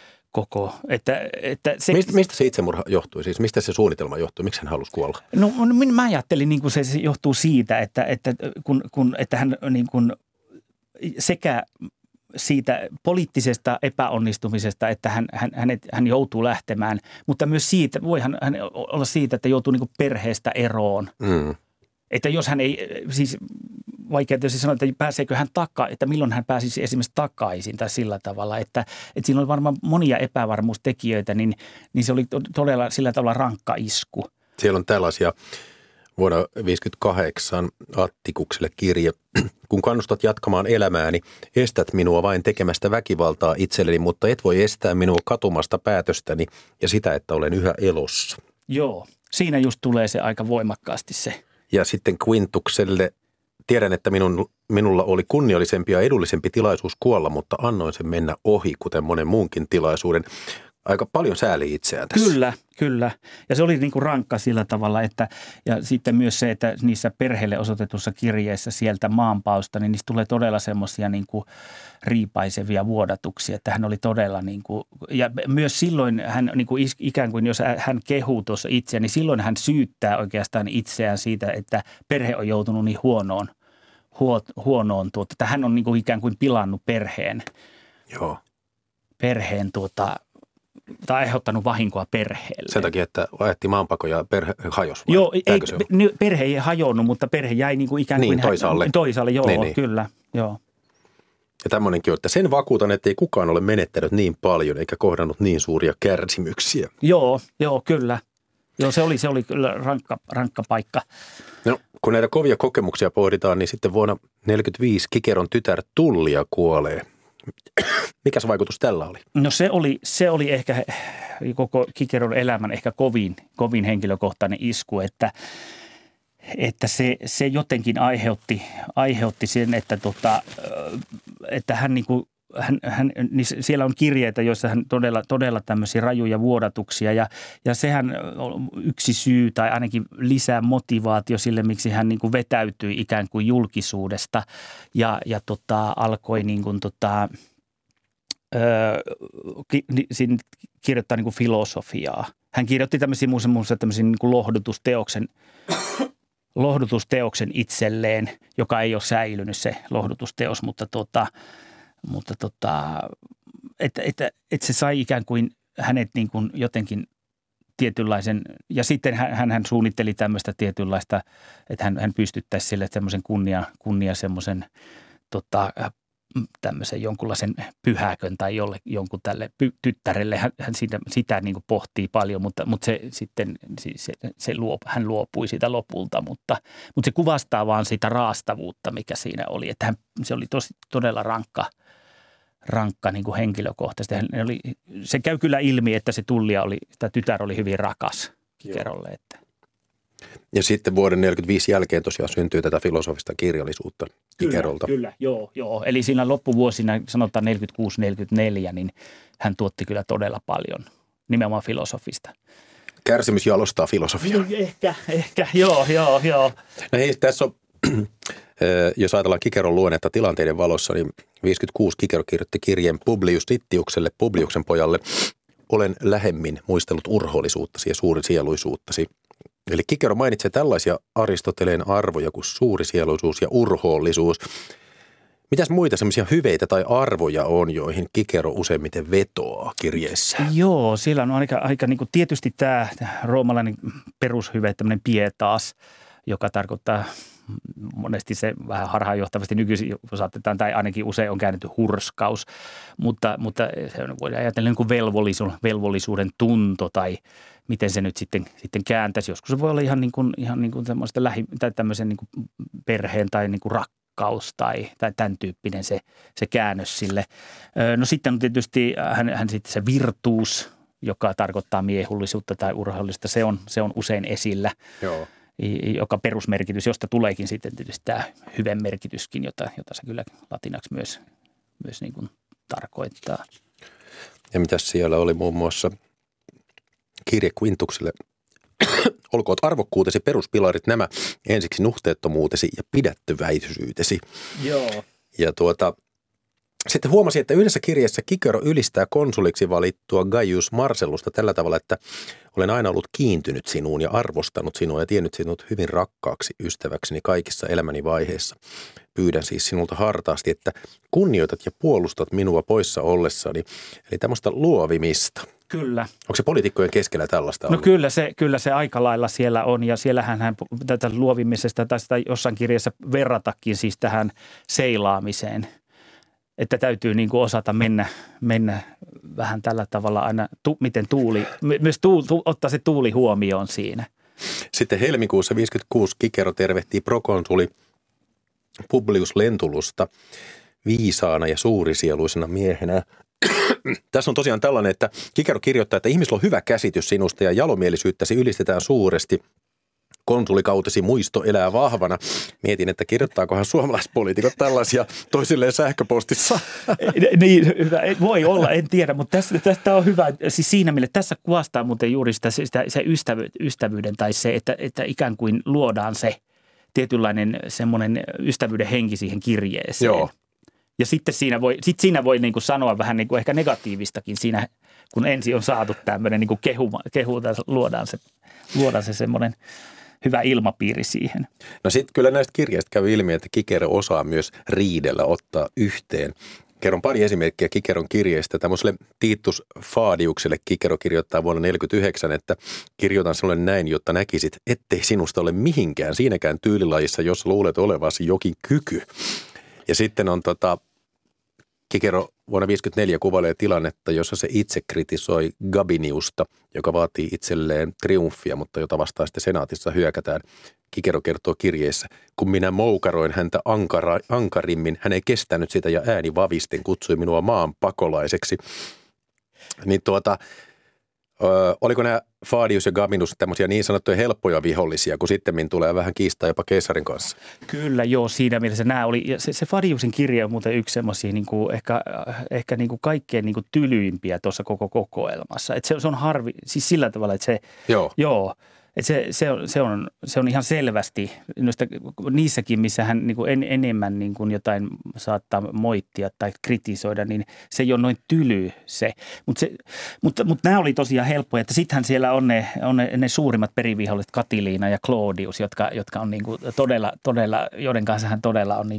Että se, mistä se itsemurha johtui? Siis mistä se suunnitelma johtui? Miksi hän halusi kuolla? No mä ajattelin, niin kuin se johtuu siitä, että hän niin kuin sekä siitä poliittisesta epäonnistumisesta, että hän joutuu lähtemään, mutta myös siitä, voi hän olla siitä, että joutuu niin kuin perheestä eroon. Mm. Että jos hän ei, siis vaikea tietysti sanoa, että pääseekö hän että milloin hän pääsisi esimerkiksi takaisin tai sillä tavalla, että siinä on varmaan monia epävarmuustekijöitä, niin se oli todella sillä tavalla rankka isku. Siellä on tällaisia vuonna 1958 Attikukselle kirje. Kun kannustat jatkamaan elämääni, estät minua vain tekemästä väkivaltaa itselleni, mutta et voi estää minua katumasta päätöstäni ja sitä, että olen yhä elossa. Joo, siinä just tulee se aika voimakkaasti se. Ja sitten Quintukselle, tiedän, että minulla oli kunniallisempi ja edullisempi tilaisuus kuolla, mutta annoin sen mennä ohi, kuten monen muunkin tilaisuuden. Aika paljon sääli itseään tässä. Kyllä. Ja se oli niin kuin rankka sillä tavalla, että ja sitten myös se, että niissä perheelle osoitetussa kirjeissä sieltä maanpaosta, niin niistä tulee todella semmoisia niin kuin riipaisevia vuodatuksia, että hän oli todella niin kuin, ja myös silloin hän niin kuin ikään kuin, jos hän kehuu tuossa itseään, niin silloin hän syyttää oikeastaan itseään siitä, että perhe on joutunut niin huonoon että hän on niin kuin ikään kuin pilannut perheen. Joo. Tai aiheuttanut vahinkoa perheelle. Sen takia, että ajettiin maanpako ja perhe hajosi. Joo, perhe ei hajonnut, mutta perhe jäi niin kuin ikään kuin toisaalle, joo, niin. Kyllä, joo. Ja tämmöinenkin on, että sen vakuutan, että ei kukaan ole menettänyt niin paljon eikä kohdannut niin suuria kärsimyksiä. Joo, kyllä. Joo, se oli kyllä rankka paikka. No, kun näitä kovia kokemuksia pohditaan, niin sitten vuonna 1945 Kikeron tytär Tullia kuolee. Mikäs vaikutus tällä oli? No se oli ehkä koko Kikeron elämän ehkä kovin henkilökohtainen isku, että se jotenkin aiheutti sen, että hän niin kuin niin siellä on kirjeitä, joissa hän todella tämmöisiä rajuja vuodatuksia ja sehän on yksi syy tai ainakin lisää motivaatio sille, miksi hän niin kuin vetäytyi ikään kuin julkisuudesta ja alkoi niin kuin kirjoittaa niin kuin filosofiaa. Hän kirjoitti tämmöisiä niin kuin lohdutusteoksen itselleen, joka ei ole säilynyt se lohdutusteos, mutta että se sai ikään kuin hänet niin kuin jotenkin tietynlaisen, ja sitten hän suunnitteli tämmöistä tietynlaista, että hän pystyttäisi sille semmoisen kunnia semmoisen tämmöisen jonkunlaisen pyhäkön tai jonkun tälle tyttärelle. Hän sitä niin kuin pohtii paljon, mutta se sitten hän luopui siitä lopulta, mutta se kuvastaa vaan sitä raastavuutta, mikä siinä oli. Että se oli todella rankka niin kuin henkilökohtaisesti. Se käy kyllä ilmi, että se tytär oli hyvin rakas Kikerolle. Että. Ja sitten vuoden 1945 jälkeen tosiaan syntyy tätä filosofista kirjallisuutta Kikerolta. Kyllä, joo. Eli siinä loppuvuosina, sanotaan 46-44, niin hän tuotti kyllä todella paljon nimenomaan filosofista. Kärsimys jalostaa filosofiaa. Ehkä, joo. No hei, tässä on, jos ajatellaan Kikeron luonnetta tilanteiden valossa, niin 56 Kikero kirjoitti kirjeen Publius Tittiukselle, Publiuksen pojalle. Olen lähemmin muistellut urhoollisuuttasi ja suurisieluisuuttasi. Eli Kikero mainitsee tällaisia Aristoteleen arvoja kuin suurisieluisuus ja urhoollisuus. Mitäs muita semmoisia hyveitä tai arvoja on, joihin Kikero useimmiten vetoaa kirjeessä? Joo, siellä on aika niin kuin tietysti tämä roomalainen perushyve, tämmöinen pietas, joka tarkoittaa monesti se vähän harhaanjohtavasti nykyisin saatetaan, tai ainakin usein on käännetty hurskaus, mutta se voidaan ajatella niin kuin velvollisuuden tunto tai miten se nyt sitten kääntäisi. Joskus se voi olla ihan niin kuin semmoista tai tämmöisen niin kuin perheen tai niin kuin rakkaus tai tämän tyyppinen se käännös sille. No sitten on tietysti hän sitten se virtuus, joka tarkoittaa miehullisuutta tai urheilullisuutta, se on usein esillä. Joo. Joka perusmerkitys, josta tuleekin sitten tietysti tämä hyven merkityskin, jota se kyllä latinaksi myös niin kuin tarkoittaa. Ja mitäs siellä oli muun muassa kirje Quintukselle? Olkoot arvokkuutesi peruspilarit nämä, ensiksi nuhteettomuutesi ja pidättyväisyytesi. Joo. Ja sitten huomasin, että yhdessä kirjassa Kikero ylistää konsuliksi valittua Gaius Marcellusta tällä tavalla, että olen aina ollut kiintynyt sinuun ja arvostanut sinua ja tiennyt sinut hyvin rakkaaksi ystäväkseni kaikissa elämäni vaiheissa. Pyydän siis sinulta hartaasti, että kunnioitat ja puolustat minua poissa ollessani, eli tämmöistä luovimista. Kyllä. Onko se poliitikkojen keskellä tällaista ollut? No kyllä se aika lailla siellä on ja siellähän hän tätä luovimisesta tai sitä jossain kirjassa verratakin siis tähän seilaamiseen. Että täytyy niin kuin osata mennä vähän tällä tavalla aina, miten ottaa se tuuli huomioon siinä. Sitten helmikuussa 1956 Kikero tervehtii prokonsuli Publius Lentulusta viisaana ja suurisieluisena miehenä. Tässä on tosiaan tällainen, että Kikero kirjoittaa, että ihmisillä on hyvä käsitys sinusta ja jalomielisyyttäsi ylistetään suuresti. Konsulikautesi muisto elää vahvana. Mietin, että kirjoittaakohan suomalaispoliitikot tällaisia toisilleen sähköpostissa. Niin, voi olla, en tiedä, mutta tästä on hyvä. Siis siinä mielessä tässä kuvastaa muuten juuri se ystävyyden tai se, että ikään kuin luodaan se tietynlainen semmoinen ystävyyden henki siihen kirjeeseen. Joo. Ja sitten siinä voi niin kuin sanoa vähän niin kuin ehkä negatiivistakin siinä, kun ensin on saatu tämmöinen niin kuin kehu luodaan se semmoinen hyvä ilmapiiri siihen. No sitten kyllä näistä kirjeistä käy ilmi, että Kikero osaa myös riidellä ottaa yhteen. Kerron pari esimerkkiä Kikeron kirjeistä. Tämmöiselle Titus Fadiukselle Kikero kirjoittaa vuonna 1949, että kirjoitan sinulle näin, jotta näkisit, ettei sinusta ole mihinkään siinäkään tyylilajissa, jos luulet olevasi jokin kyky. Ja sitten on Kikero vuonna 1954 kuvailee tilannetta, jossa se itse kritisoi Gabiniusta, joka vaatii itselleen triumfia, mutta jota vastaan sitten senaatissa hyökätään. Kikero kertoo kirjeessä, kun minä moukaroin häntä ankarimmin, hän ei kestänyt sitä ja ääni vavisten kutsui minua maan pakolaiseksi. Niin oliko nämä Fadius ja Gabinus tämmöisiä niin sanottuja helppoja vihollisia, kun sittemmin tulee vähän kiistaa jopa keisarin kanssa? Kyllä, joo, siinä mielessä nämä oli. Ja se Fadiusin kirje on muuten yksi semmoisia niin kuin ehkä niin kuin kaikkein niin kuin tylyimpiä tuossa koko kokoelmassa. Että se on siis sillä tavalla, että joo. Että se on ihan selvästi niissäkin, missä hän niin kuin enemmän niin kuin jotain saattaa moittia tai kritisoida, niin se ei ole noin tyly se. Mutta nämä oli tosiaan helppoja, että sittenhän siellä on ne suurimmat periviholliset Katiliina ja Claudius, jotka on niin kuin todella, joiden kanssa hän todella on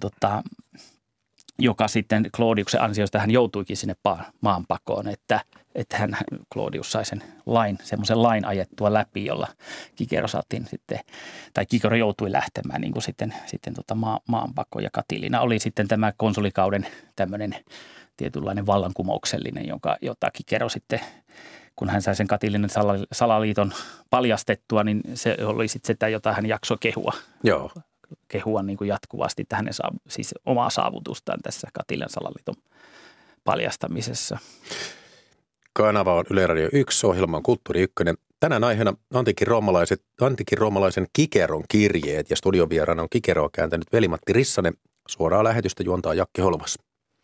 joka sitten Claudiuksen ansiosta hän joutuikin sinne maanpakoon, että Claudius sai sen semmoisen lain ajettua läpi, jolla Kikero saatiin sitten, tai Kikero joutui lähtemään niin kuin sitten maanpakoon. Ja Katilina oli sitten tämä konsulikauden tämmöinen tietynlainen vallankumouksellinen, jota Kikero sitten, kun hän sai sen Katilinan salaliiton paljastettua, niin se oli sitten sitä, jota hän jaksoi kehua. Joo. Kehua niin kuin jatkuvasti hänen siis omaa saavutustaan tässä Katilinan salaliiton paljastamisessa. Kanava on Yle Radio 1, ohjelma on Kulttuuri 1. Tänään aiheena antiikin roomalaisen Kikeron kirjeet ja studiovieraana on Kikeroa kääntänyt Veli-Matti Rissanen. Suoraa lähetystä juontaa Jakke Holmas.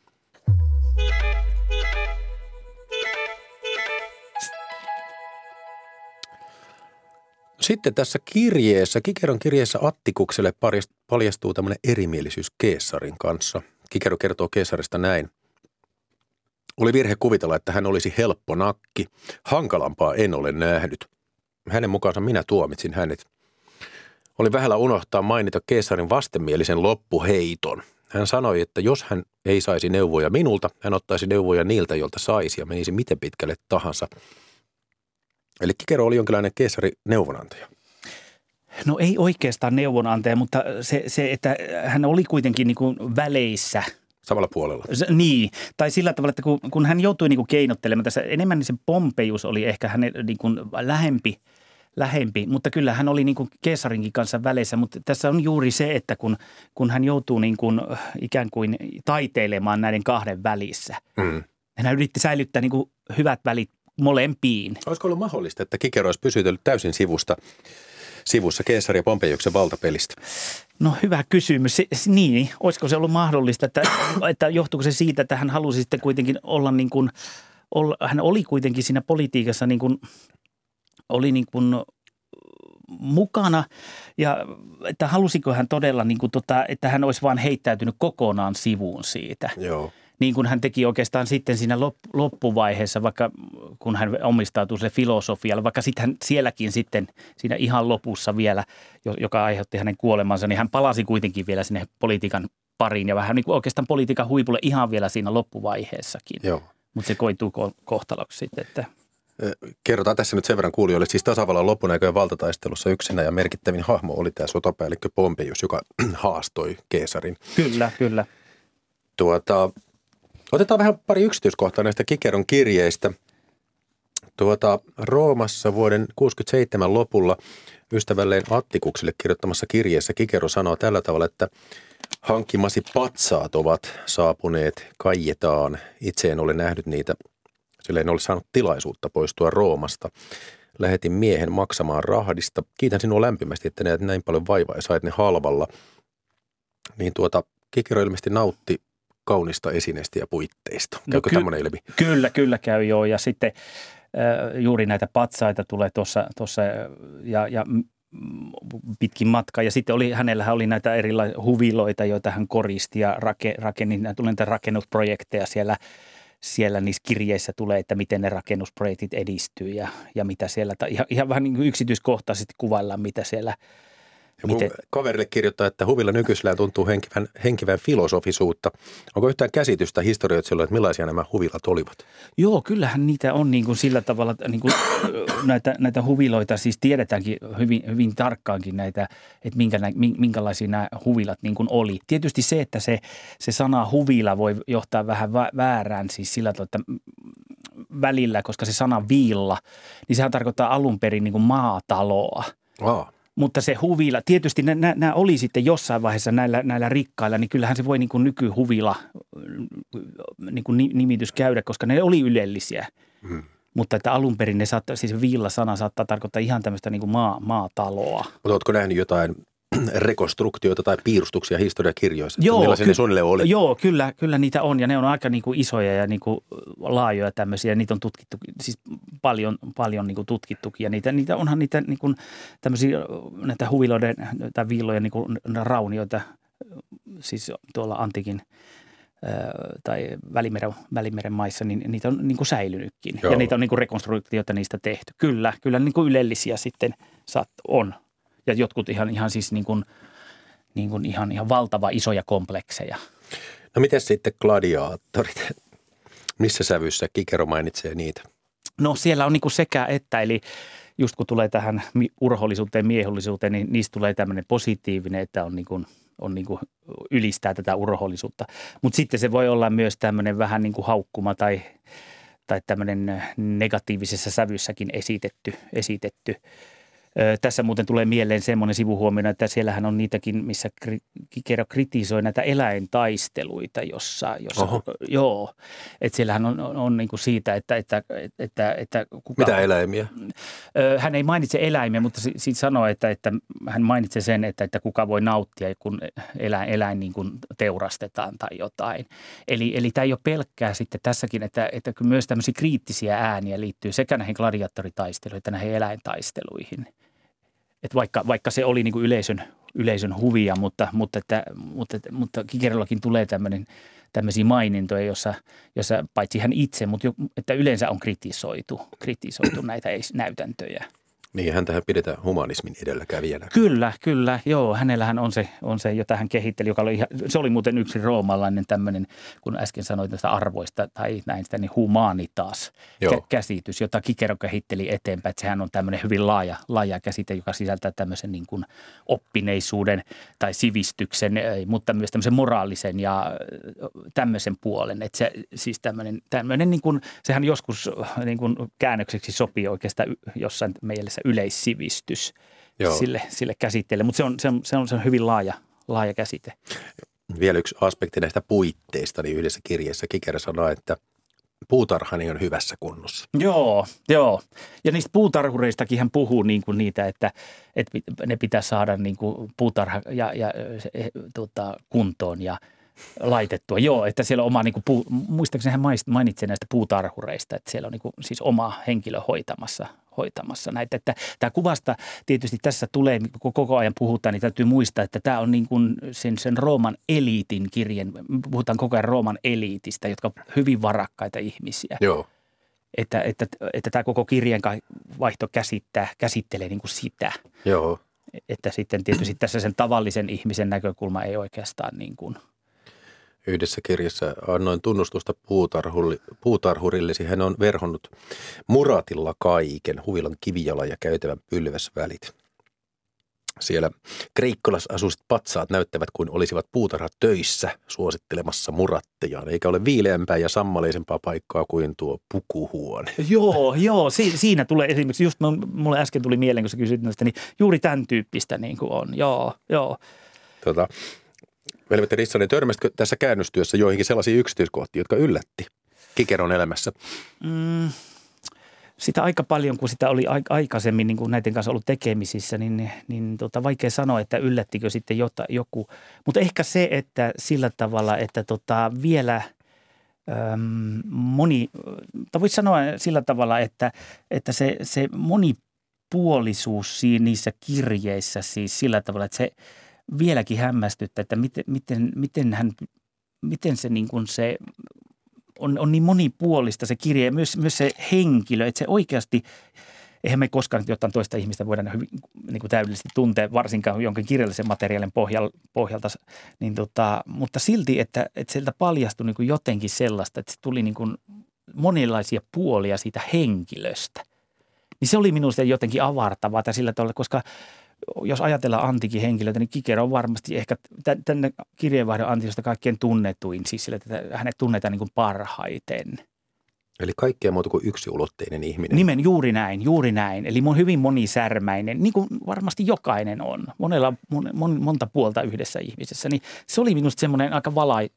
Sitten tässä Kikeron kirjeessä Attikukselle paljastuu tämmöinen erimielisyys Keesarin kanssa. Kikero kertoo Keesarista näin. Oli virhe kuvitella, että hän olisi helppo nakki. Hankalampaa en ole nähnyt. Hänen mukaansa minä tuomitsin hänet. Oli vähällä unohtaa mainita Keesarin vastenmielisen loppuheiton. Hän sanoi, että jos hän ei saisi neuvoja minulta, hän ottaisi neuvoja niiltä, joilta saisi ja menisi miten pitkälle tahansa. Eli Kikero oli jonkinlainen Keesarin neuvonantaja. No ei oikeastaan neuvonantaja, mutta se että hän oli kuitenkin niin kuin väleissä. Samalla puolella. Niin, tai sillä tavalla, että kun hän joutui niin kuin keinottelemaan tässä, enemmän niin se Pompeius oli ehkä hänen niin kuin lähempi, mutta kyllä hän oli niin kuin Keesarinkin kanssa väleissä, mutta tässä on juuri se, että kun hän joutuu niin kuin ikään kuin taiteilemaan näiden kahden välissä. Hän yritti säilyttää niin kuin hyvät välit molempiin. Olisiko ollut mahdollista, että Kikero olisi pysytellyt täysin sivussa Keesarin ja Pompeiuksen valtapelistä? No hyvä kysymys. Niin, olisiko se ollut mahdollista, että johtuuko se siitä, että hän halusi sitten kuitenkin olla niin kuin, hän oli kuitenkin siinä politiikassa niin kuin, oli niin kuin mukana ja että halusiko hän todella niin kuin että hän olisi vaan heittäytynyt kokonaan sivuun siitä. Joo. Niin kuin hän teki oikeastaan sitten siinä loppuvaiheessa, vaikka kun hän omistautui sille filosofialle, vaikka sitten hän sielläkin sitten siinä ihan lopussa vielä, joka aiheutti hänen kuolemansa, niin hän palasi kuitenkin vielä sinne politiikan pariin ja vähän niin kuin oikeastaan politiikan huipulle ihan vielä siinä loppuvaiheessakin. Joo. Mutta se koituu kohtaloksi sitten, että... Kerrotaan tässä nyt sen verran kuulijoille. Siis tasavallan loppunaikojen valtataistelussa yksinä ja merkittävin hahmo oli tämä sotapäällikkö Pompeius, joka haastoi Keesarin. Kyllä. Otetaan vähän pari yksityiskohtaa näistä Kikeron kirjeistä. Roomassa vuoden 1967 lopulla ystävälleen Attikukselle kirjoittamassa kirjeessä Kikero sanoo tällä tavalla, että hankkimasi patsaat ovat saapuneet Kajetaan. Itse en ole nähnyt niitä, sillä en ole saanut tilaisuutta poistua Roomasta. Lähetin miehen maksamaan rahdista. Kiitän sinua lämpimästi, että näet näin paljon vaivaa ja sait ne halvalla. Niin Kikero ilmeisesti nautti kaunista esineistä ja puitteista. Käykö tämmöinen ilmi? Kyllä käy joo. Ja sitten juuri näitä patsaita tulee tuossa ja pitkin matkaa. Ja sitten hänellähän oli näitä erilaisia huviloita, joita hän koristi ja rakenni. Tuli näitä rakennusprojekteja siellä niissä kirjeissä tulee, että miten ne rakennusprojektit edistyy ja mitä siellä. Ihan vähän niin kuin yksityiskohtaisesti kuvaillaan, mitä siellä. Ja mun kaverille kirjoittaa, että huvilla nykyisellään tuntuu henkivän filosofisuutta. Onko yhtään käsitystä historioitsijoilla, että millaisia nämä huvilat olivat? Joo, kyllähän niitä on niin kuin sillä tavalla, niin kuin näitä huviloita, siis tiedetäänkin hyvin tarkkaankin näitä, että minkälaisia nämä huvilat niin kuin oli. Tietysti se, että se sana huvila voi johtaa vähän väärään siis sillä tavalla, että välillä, koska se sana viilla, niin sehän tarkoittaa alun perin niin kuin maataloa. Mutta se huvila, tietysti nämä oli sitten jossain vaiheessa näillä rikkailla, niin kyllähän se voi niin kuin nykyhuvila niin kuin nimitys käydä, koska ne oli ylellisiä. Mutta että alun perin siis viilla-sana saattaa tarkoittaa ihan tämmöistä niin kuin maataloa. Mutta oletko nähnyt jotain rekonstruktioita tai piirustuksia historiakirjoissa? Millaisia ne suunnilleen oli? Joo, kyllä niitä on ja ne on aika niin kuin isoja ja niin kuin laajoja tämmöisiä. Niitä on tutkittu, siis paljon niin kuin tutkittukin ja niitä onhan niitä niin kuin tämmöisiä näitä huviloiden tai viilloja niin kuin raunioita siis tuolla antiikin tai Välimeren maissa, niin niitä on niin kuin säilynytkin. Joo. Ja niitä on niin kuin rekonstruktioita niistä tehty. Kyllä niin kuin ylellisiä sitten on. Ja jotkut ihan siis niin kuin ihan valtava isoja komplekseja. No miten sitten gladiaattorit? Missä sävyssä Kikero mainitsee niitä? No siellä on niin kuin sekä että, eli just kun tulee tähän urhollisuuteen, miehullisuuteen, niin niistä tulee tämmöinen positiivinen, että on niin kuin ylistää tätä urhollisuutta. Mutta sitten se voi olla myös tämmöinen vähän niin kuin haukkuma tai tämmöinen negatiivisessa sävyssäkin esitetty. Tässä muuten tulee mieleen semmoinen sivuhuomio, että siellähän on niitäkin, missä Kikero kritisoi näitä eläintaisteluita, jossa joo, että siellähän on niin kuin siitä, että kuka, mitä eläimiä? Hän ei mainitse eläimiä, mutta siitä sanoo, että hän mainitsee sen, että kuka voi nauttia, kun eläin niin kuin teurastetaan tai jotain. Eli tämä ei ole pelkkää sitten tässäkin, että myös tämmöisiä kriittisiä ääniä liittyy sekä näihin gladiaattoritaisteluihin että näihin eläintaisteluihin. Että vaikka se oli niin kuin yleisön huvia, mutta Kikerollakin tulee tämmöisiä mainintoja, jossa paitsi hän itse, mutta että yleensä on kritisoitu näitä näytäntöjä. Niin, häntähän pidetään humanismin edelläkävijänä. Kyllä, joo. Hänellähän on se, jota hän kehitteli, joka oli se oli muuten yksi roomalainen tämmöinen, kun äsken sanoin tästä arvoista tai näin sitä, niin humanitas käsitys, jota Kikero kehitteli eteenpäin. Että sehän on tämmöinen hyvin laaja käsite, joka sisältää tämmöisen niin kuin oppineisuuden tai sivistyksen, mutta myös tämmöisen moraalisen ja tämmöisen puolen. Että se siis tämmöinen niin kuin, sehän joskus niin kuin käännökseksi sopii oikeastaan jossain mielessä yleissivistys sille käsitteelle, mutta se on hyvin laaja käsite. Vielä yksi aspekti näistä puitteista, niin yhdessä kirjeessä Kikero sanoo, että puutarhani on hyvässä kunnossa. Joo. Ja niistä puutarhureistakin hän puhuu niin kuin niitä, että ne pitää saada niin kuin puutarha ja kuntoon ja laitettua. Joo, että siellä on oma, niin kuin muistaakseni hän mainitsi näistä puutarhureista, että siellä on niin kuin, siis oma henkilö hoitamassa näitä. Että tämä kuvasta tietysti tässä tulee, kun koko ajan puhutaan, niin täytyy muistaa, että tämä on niin kuin sen Rooman eliitin kirjen, puhutaan koko ajan Rooman eliitistä, jotka on hyvin varakkaita ihmisiä. Joo. Että tämä koko kirjanvaihto käsittelee niin kuin sitä. Joo. Että sitten tietysti tässä sen tavallisen ihmisen näkökulma ei oikeastaan niin kuin. Yhdessä kirjassa annoin tunnustusta puutarhurillesi. Hän on verhonnut muratilla kaiken, huvilan kivijalan ja käytävän pylväsvälit. Siellä Kreikkolassa asuiset patsaat näyttävät kuin olisivat puutarhat töissä suosittelemassa murattejaan, eikä ole viileämpää ja sammaleisempaa paikkaa kuin tuo pukuhuone. Joo, siinä tulee esimerkiksi, just mulle äsken tuli mieleen, kun sä kysyt näistä, niin juuri tämän tyyppistä niin kuin on, joo. Velvetti Rissanen, törmäsitkö tässä käännöstyössä joihinkin sellaisia yksityiskohtia, jotka yllätti Kikeron elämässä? Sitä aika paljon, kun sitä oli aikaisemmin niin kuin näiden kanssa ollut tekemisissä, niin vaikea sanoa, että yllättikö sitten joku. Mutta ehkä se, että sillä tavalla, että vielä voisi sanoa sillä tavalla, että se monipuolisuus niissä kirjeissä siis sillä tavalla, että se vieläkin hämmästyttää, että miten se niin kuin se on niin monipuolista se kirja ja myös se henkilö, että se oikeasti, eihän me koskaan jotain toista ihmistä voidaan hyvin, niin kuin täydellisesti tuntea, varsinkaan jonkin kirjallisen materiaalin pohjalta, niin mutta silti, että sieltä paljastui niin kuin jotenkin sellaista, että se tuli niin kuin monenlaisia puolia siitä henkilöstä. Niin se oli minusta jotenkin avartavaa tai sillä tavalla, koska jos ajatellaan antiikin henkilöitä, niin Kikero on varmasti ehkä tänne kirjeenvaihdon ansiosta kaikkein tunnetuin, siis sillä, että hänet tunnetaan niin kuin parhaiten. Eli kaikkea muuta kuin yksiulotteinen ihminen. Juuri näin. Eli hyvin monisärmäinen, niin kuin varmasti jokainen on. Monella monta puolta yhdessä ihmisessä. Niin se oli minusta semmoinen aika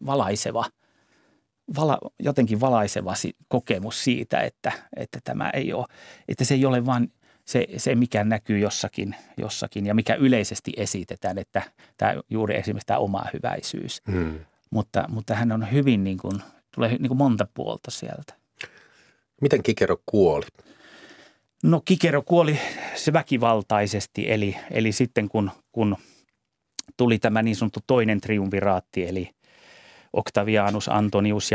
jotenkin valaiseva kokemus siitä, että tämä ei ole, että se ei ole vain se, mikä näkyy jossakin ja mikä yleisesti esitetään, että tämä juuri esimerkiksi tämä oma hyväisyys. Mutta hän on hyvin niin kuin, tulee niin kuin monta puolta sieltä. Miten Kikero kuoli? No Kikero kuoli se väkivaltaisesti, eli sitten kun tuli tämä niin sanottu toinen triumviraatti, eli Octavianus, Antonius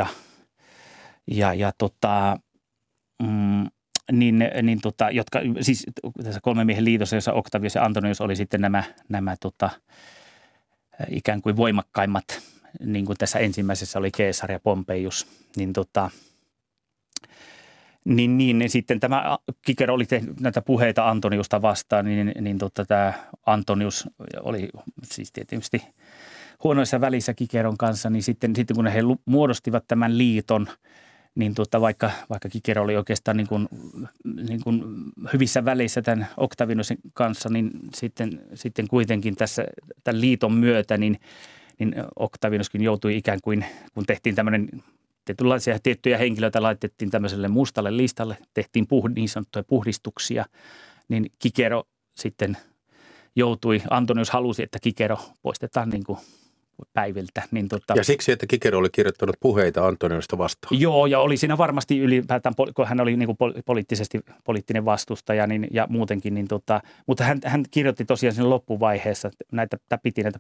jotka siis tässä kolmen miehen liitossa, jossa Octavius ja Antonius oli sitten nämä ikään kuin voimakkaimmat, niin kuin tässä ensimmäisessä oli Caesar ja Pompeius, Niin sitten tämä Kikero oli tehnyt näitä puheita Antoniusta vastaan, tämä Antonius oli siis tietysti huonoissa välissä Kikeron kanssa, niin sitten kun he muodostivat tämän liiton, niin vaikka Kikero oli oikeastaan niin kuin hyvissä väleissä tämän Octavianusin kanssa, niin sitten kuitenkin tämän liiton myötä, niin Octavianuskin joutui ikään kuin, kun tehtiin tämmöinen tietynlaisia tiettyjä henkilöitä laitettiin tämmöiselle mustalle listalle, tehtiin niin sanottuja puhdistuksia, niin Kikero sitten joutui, Antonius halusi, että Kikero poistetaan niin kuin päiviltä. Niin ja siksi, että Kikero oli kirjoittanut puheita Antoniusta vastaan. Joo, ja oli siinä varmasti ylipäätään, kun hän oli niin kuin poliittinen vastustaja ja muutenkin, niin mutta hän kirjoitti tosiaan siinä loppuvaiheessa, piti näitä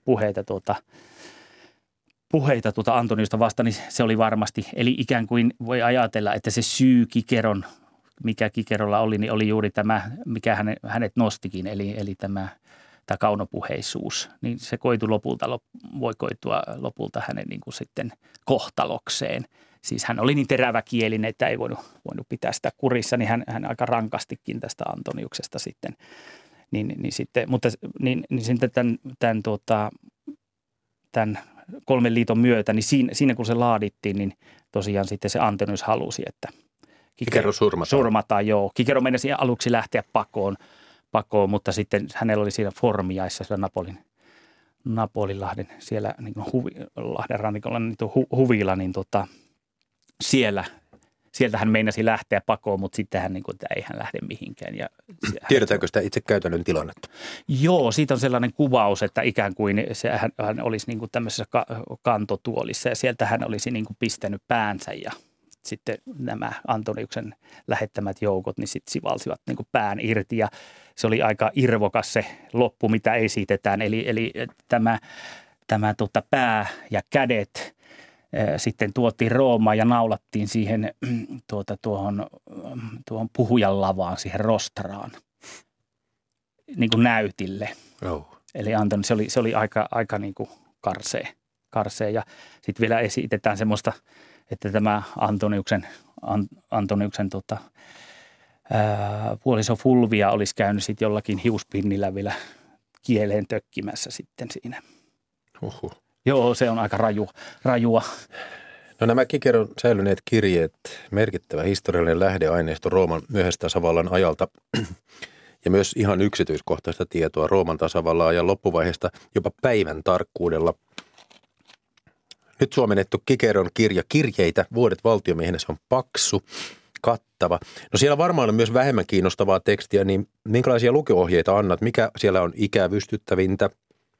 puheita Antoniusta vastaan, niin se oli varmasti, eli ikään kuin voi ajatella, että se syy mikä Kikerolla oli, niin oli juuri tämä, mikä hänet nostikin, eli tämä kaunopuheisuus, niin se voi koitua lopulta hänen niin kuin sitten kohtalokseen. Siis hän oli niin teräväkielinen, että ei voinut pitää sitä kurissa, niin hän aika rankastikin tästä Antoniuksesta sitten. Sitten tämän kolmen liiton myötä, niin siinä kun se laadittiin, niin tosiaan sitten se Antonius halusi, että Kikero surmataan. Joo. Kikero meinasi aluksi lähteä pakoon, mutta sitten hänellä oli siinä Formiaissa, siellä Napolinlahden, siellä niin Lahden rannikolla niin huvilla, niin sieltä hän meinasi lähteä pakoon, mutta sitten hän, että ei hän lähde mihinkään. Tiedetäänkö sitä itse käytännön tilannetta? Joo, siitä on sellainen kuvaus, että ikään kuin hän olisi niin kuin tämmöisessä kantotuolissa ja sieltä hän olisi niin kuin pistänyt päänsä ja sitten nämä Antoniuksen lähettämät joukot niin sitten sivalsivat niin kuin pään irti ja se oli aika irvokas se loppu, mitä esitetään. Eli tämä pää ja kädet sitten tuotiin Roomaan ja naulattiin siihen tuohon puhujan lavaan, siihen rostraan, niin kuin näytille. Oh. Eli Antoni, se oli aika niin kuin karsea. Ja sitten vielä esitetään semmoista, että tämä Antoniuksen puoliso Fulvia olisi käynyt sitten jollakin hiuspinnillä vielä kieleen tökkimässä sitten siinä. Joo, se on aika rajua. No nämä Kikeron säilyneet kirjeet, merkittävä historiallinen lähdeaineisto Rooman myöhäistasavallan ajalta ja myös ihan yksityiskohtaista tietoa Rooman tasavallan ajan loppuvaiheesta jopa päivän tarkkuudella. Nyt suomennettu Kikeron kirja Kirjeitä, vuodet valtiomiehenä, se on paksu, kattava. No siellä varmaan on myös vähemmän kiinnostavaa tekstiä, niin minkälaisia lukio-ohjeita annat? Mikä siellä on ikävystyttävintä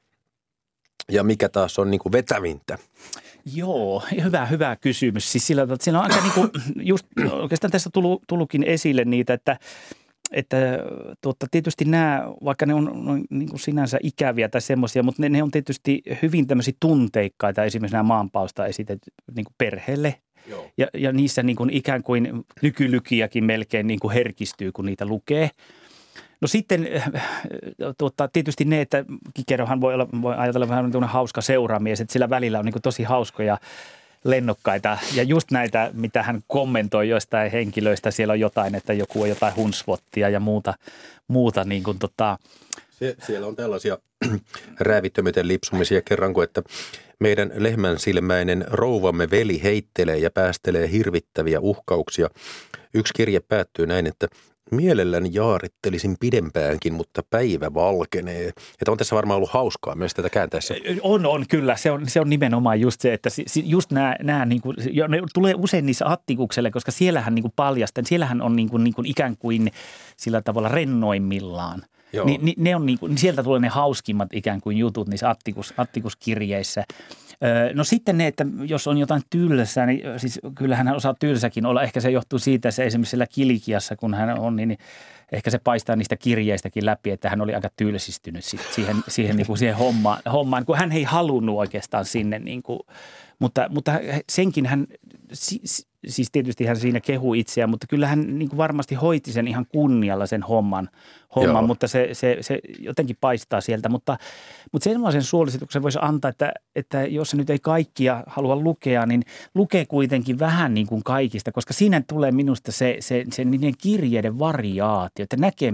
ja mikä taas on niin kuin vetävintä? Joo, hyvä kysymys. Siis sillä on aika niin kuin, just oikeastaan tässä tullutkin esille niitä, että tietysti nämä, vaikka ne on niin kuin sinänsä ikäviä tai semmoisia, mutta ne on tietysti hyvin tämmöisiä tunteikkaita, esimerkiksi nämä maanpausta esitetyt niin kuin perheelle. Ja niissä niin kuin ikään kuin lykylykiäkin melkein niin kuin herkistyy, kun niitä lukee. No sitten tietysti ne, että Kikerohan voi ajatella vähän hauska seuraamies, että sillä välillä on niin kuin tosi hauskoja lennokkaita ja just näitä, mitä hän kommentoi joistain henkilöistä, siellä on jotain, että joku on jotain hunsvottia ja muuta niin kuin Siellä on tällaisia räävittömyyten lipsumisia kerran, kun että meidän lehmänsilmäinen rouvamme veli heittelee ja päästelee hirvittäviä uhkauksia. Yksi kirje päättyy näin, että mielelläni jaarittelisin pidempäänkin, mutta päivä valkenee. Että on tässä varmaan ollut hauskaa myös tätä kääntäessä. On kyllä. Se on nimenomaan just se, että just nämä niin kuin, ne tulee usein niissä Attikukselle, koska siellähän niin kuin paljastan, siellähän on niin kuin ikään kuin sillä tavalla rennoimmillaan. Ne on niin kuin, sieltä tulee ne hauskimmat ikään kuin jutut niissä Attikuskirjeissä. No sitten ne, että jos on jotain tylsää, niin siis kyllähän hän osaa tylsäkin olla. Ehkä se johtuu siitä, että esimerkiksi siellä Kilikiassa, kun hän on, niin ehkä se paistaa niistä kirjeistäkin läpi, että hän oli aika tylsistynyt siihen hommaan, kun hän ei halunnut oikeastaan sinne niin kuin Mutta senkin hän, siis tietysti hän siinä kehui itseään, mutta kyllä hän niin kuin varmasti hoiti sen ihan kunnialla sen homman mutta se jotenkin paistaa sieltä. Mutta sellaisen suosituksen voisi antaa, että jos nyt ei kaikkia halua lukea, niin lukee kuitenkin vähän niin kuin kaikista, koska siinä tulee minusta se niiden kirjeiden variaatio, että näkee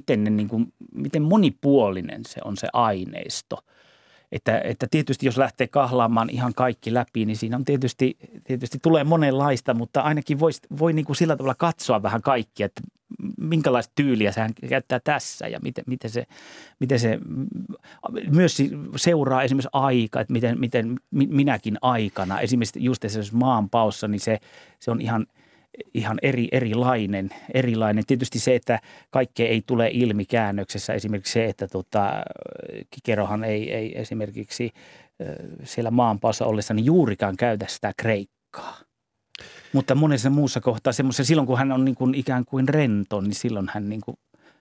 miten monipuolinen se on se aineisto. Että tietysti jos lähtee kahlaamaan ihan kaikki läpi, niin siinä on tietysti tulee monenlaista, mutta ainakin voi niin kuin sillä tavalla katsoa vähän kaikkia, että minkälaista tyyliä hän käyttää tässä ja miten se myös seuraa esimerkiksi aika, että miten minäkin aikana, esimerkiksi just esimerkiksi maanpaossa, niin se on ihan erilainen. Tietysti se, että kaikkea ei tule ilmi käännöksessä. Esimerkiksi se, että Kikerohan ei esimerkiksi siellä maanpaossa ollessa niin juurikaan käytä sitä kreikkaa. Mutta monessa muussa kohtaa semmoisen, silloin kun hän on niin kuin ikään kuin rento, niin silloin hän niin kuin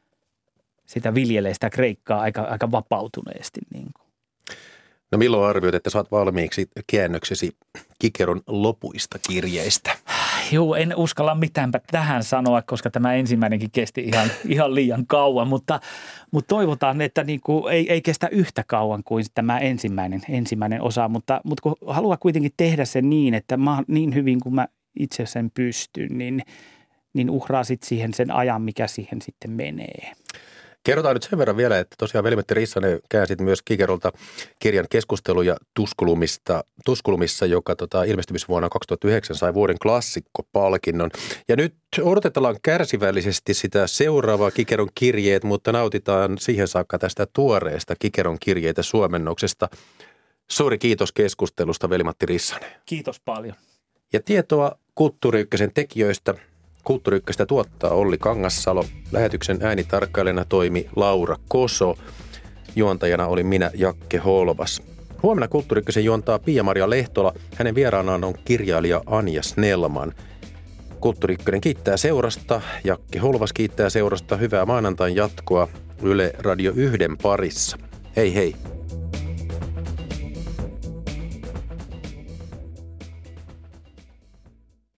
sitä viljelee sitä kreikkaa aika vapautuneesti. Niin kuin. No milloin arvioit, että saat valmiiksi käännöksesi Kikeron lopuista kirjeistä? Joo, en uskalla mitäänpä tähän sanoa, koska tämä ensimmäinenkin kesti ihan liian kauan, mutta toivotaan, että niin kuin ei kestä yhtä kauan kuin tämä ensimmäinen osa, mutta kun haluan kuitenkin tehdä sen niin, että niin hyvin kuin mä itse sen pystyn, niin uhraa sitten siihen sen ajan, mikä siihen sitten menee. Kerrotaan nyt sen verran vielä, että tosiaan veli-Matti Rissanen käänsit myös Kikerolta kirjan Keskusteluja Tuskulumissa, joka ilmestymisvuonna 2009 sai vuoden klassikkopalkinnon. Ja nyt odotetaan kärsivällisesti sitä seuraavaa Kikeron kirjeet, mutta nautitaan siihen saakka tästä tuoreesta Kikeron kirjeitä suomennoksesta. Suuri kiitos keskustelusta, veli-Matti Rissanen. Kiitos paljon. Ja tietoa Kulttuuri Ykkösen tekijöistä. Kulttuuri Ykköstä tuottaa Olli Kangassalo. Lähetyksen äänitarkkailijana toimi Laura Koso. Juontajana oli minä, Jakke Holvas. Huomenna Kulttuuri Ykkösen juontaa Pia-Maria Lehtola. Hänen vieraanaan on kirjailija Anja Snellman. Kulttuuri Ykkönen kiittää seurasta. Jakke Holvas kiittää seurasta. Hyvää maanantain jatkoa Yle Radio 1 parissa. Hei hei.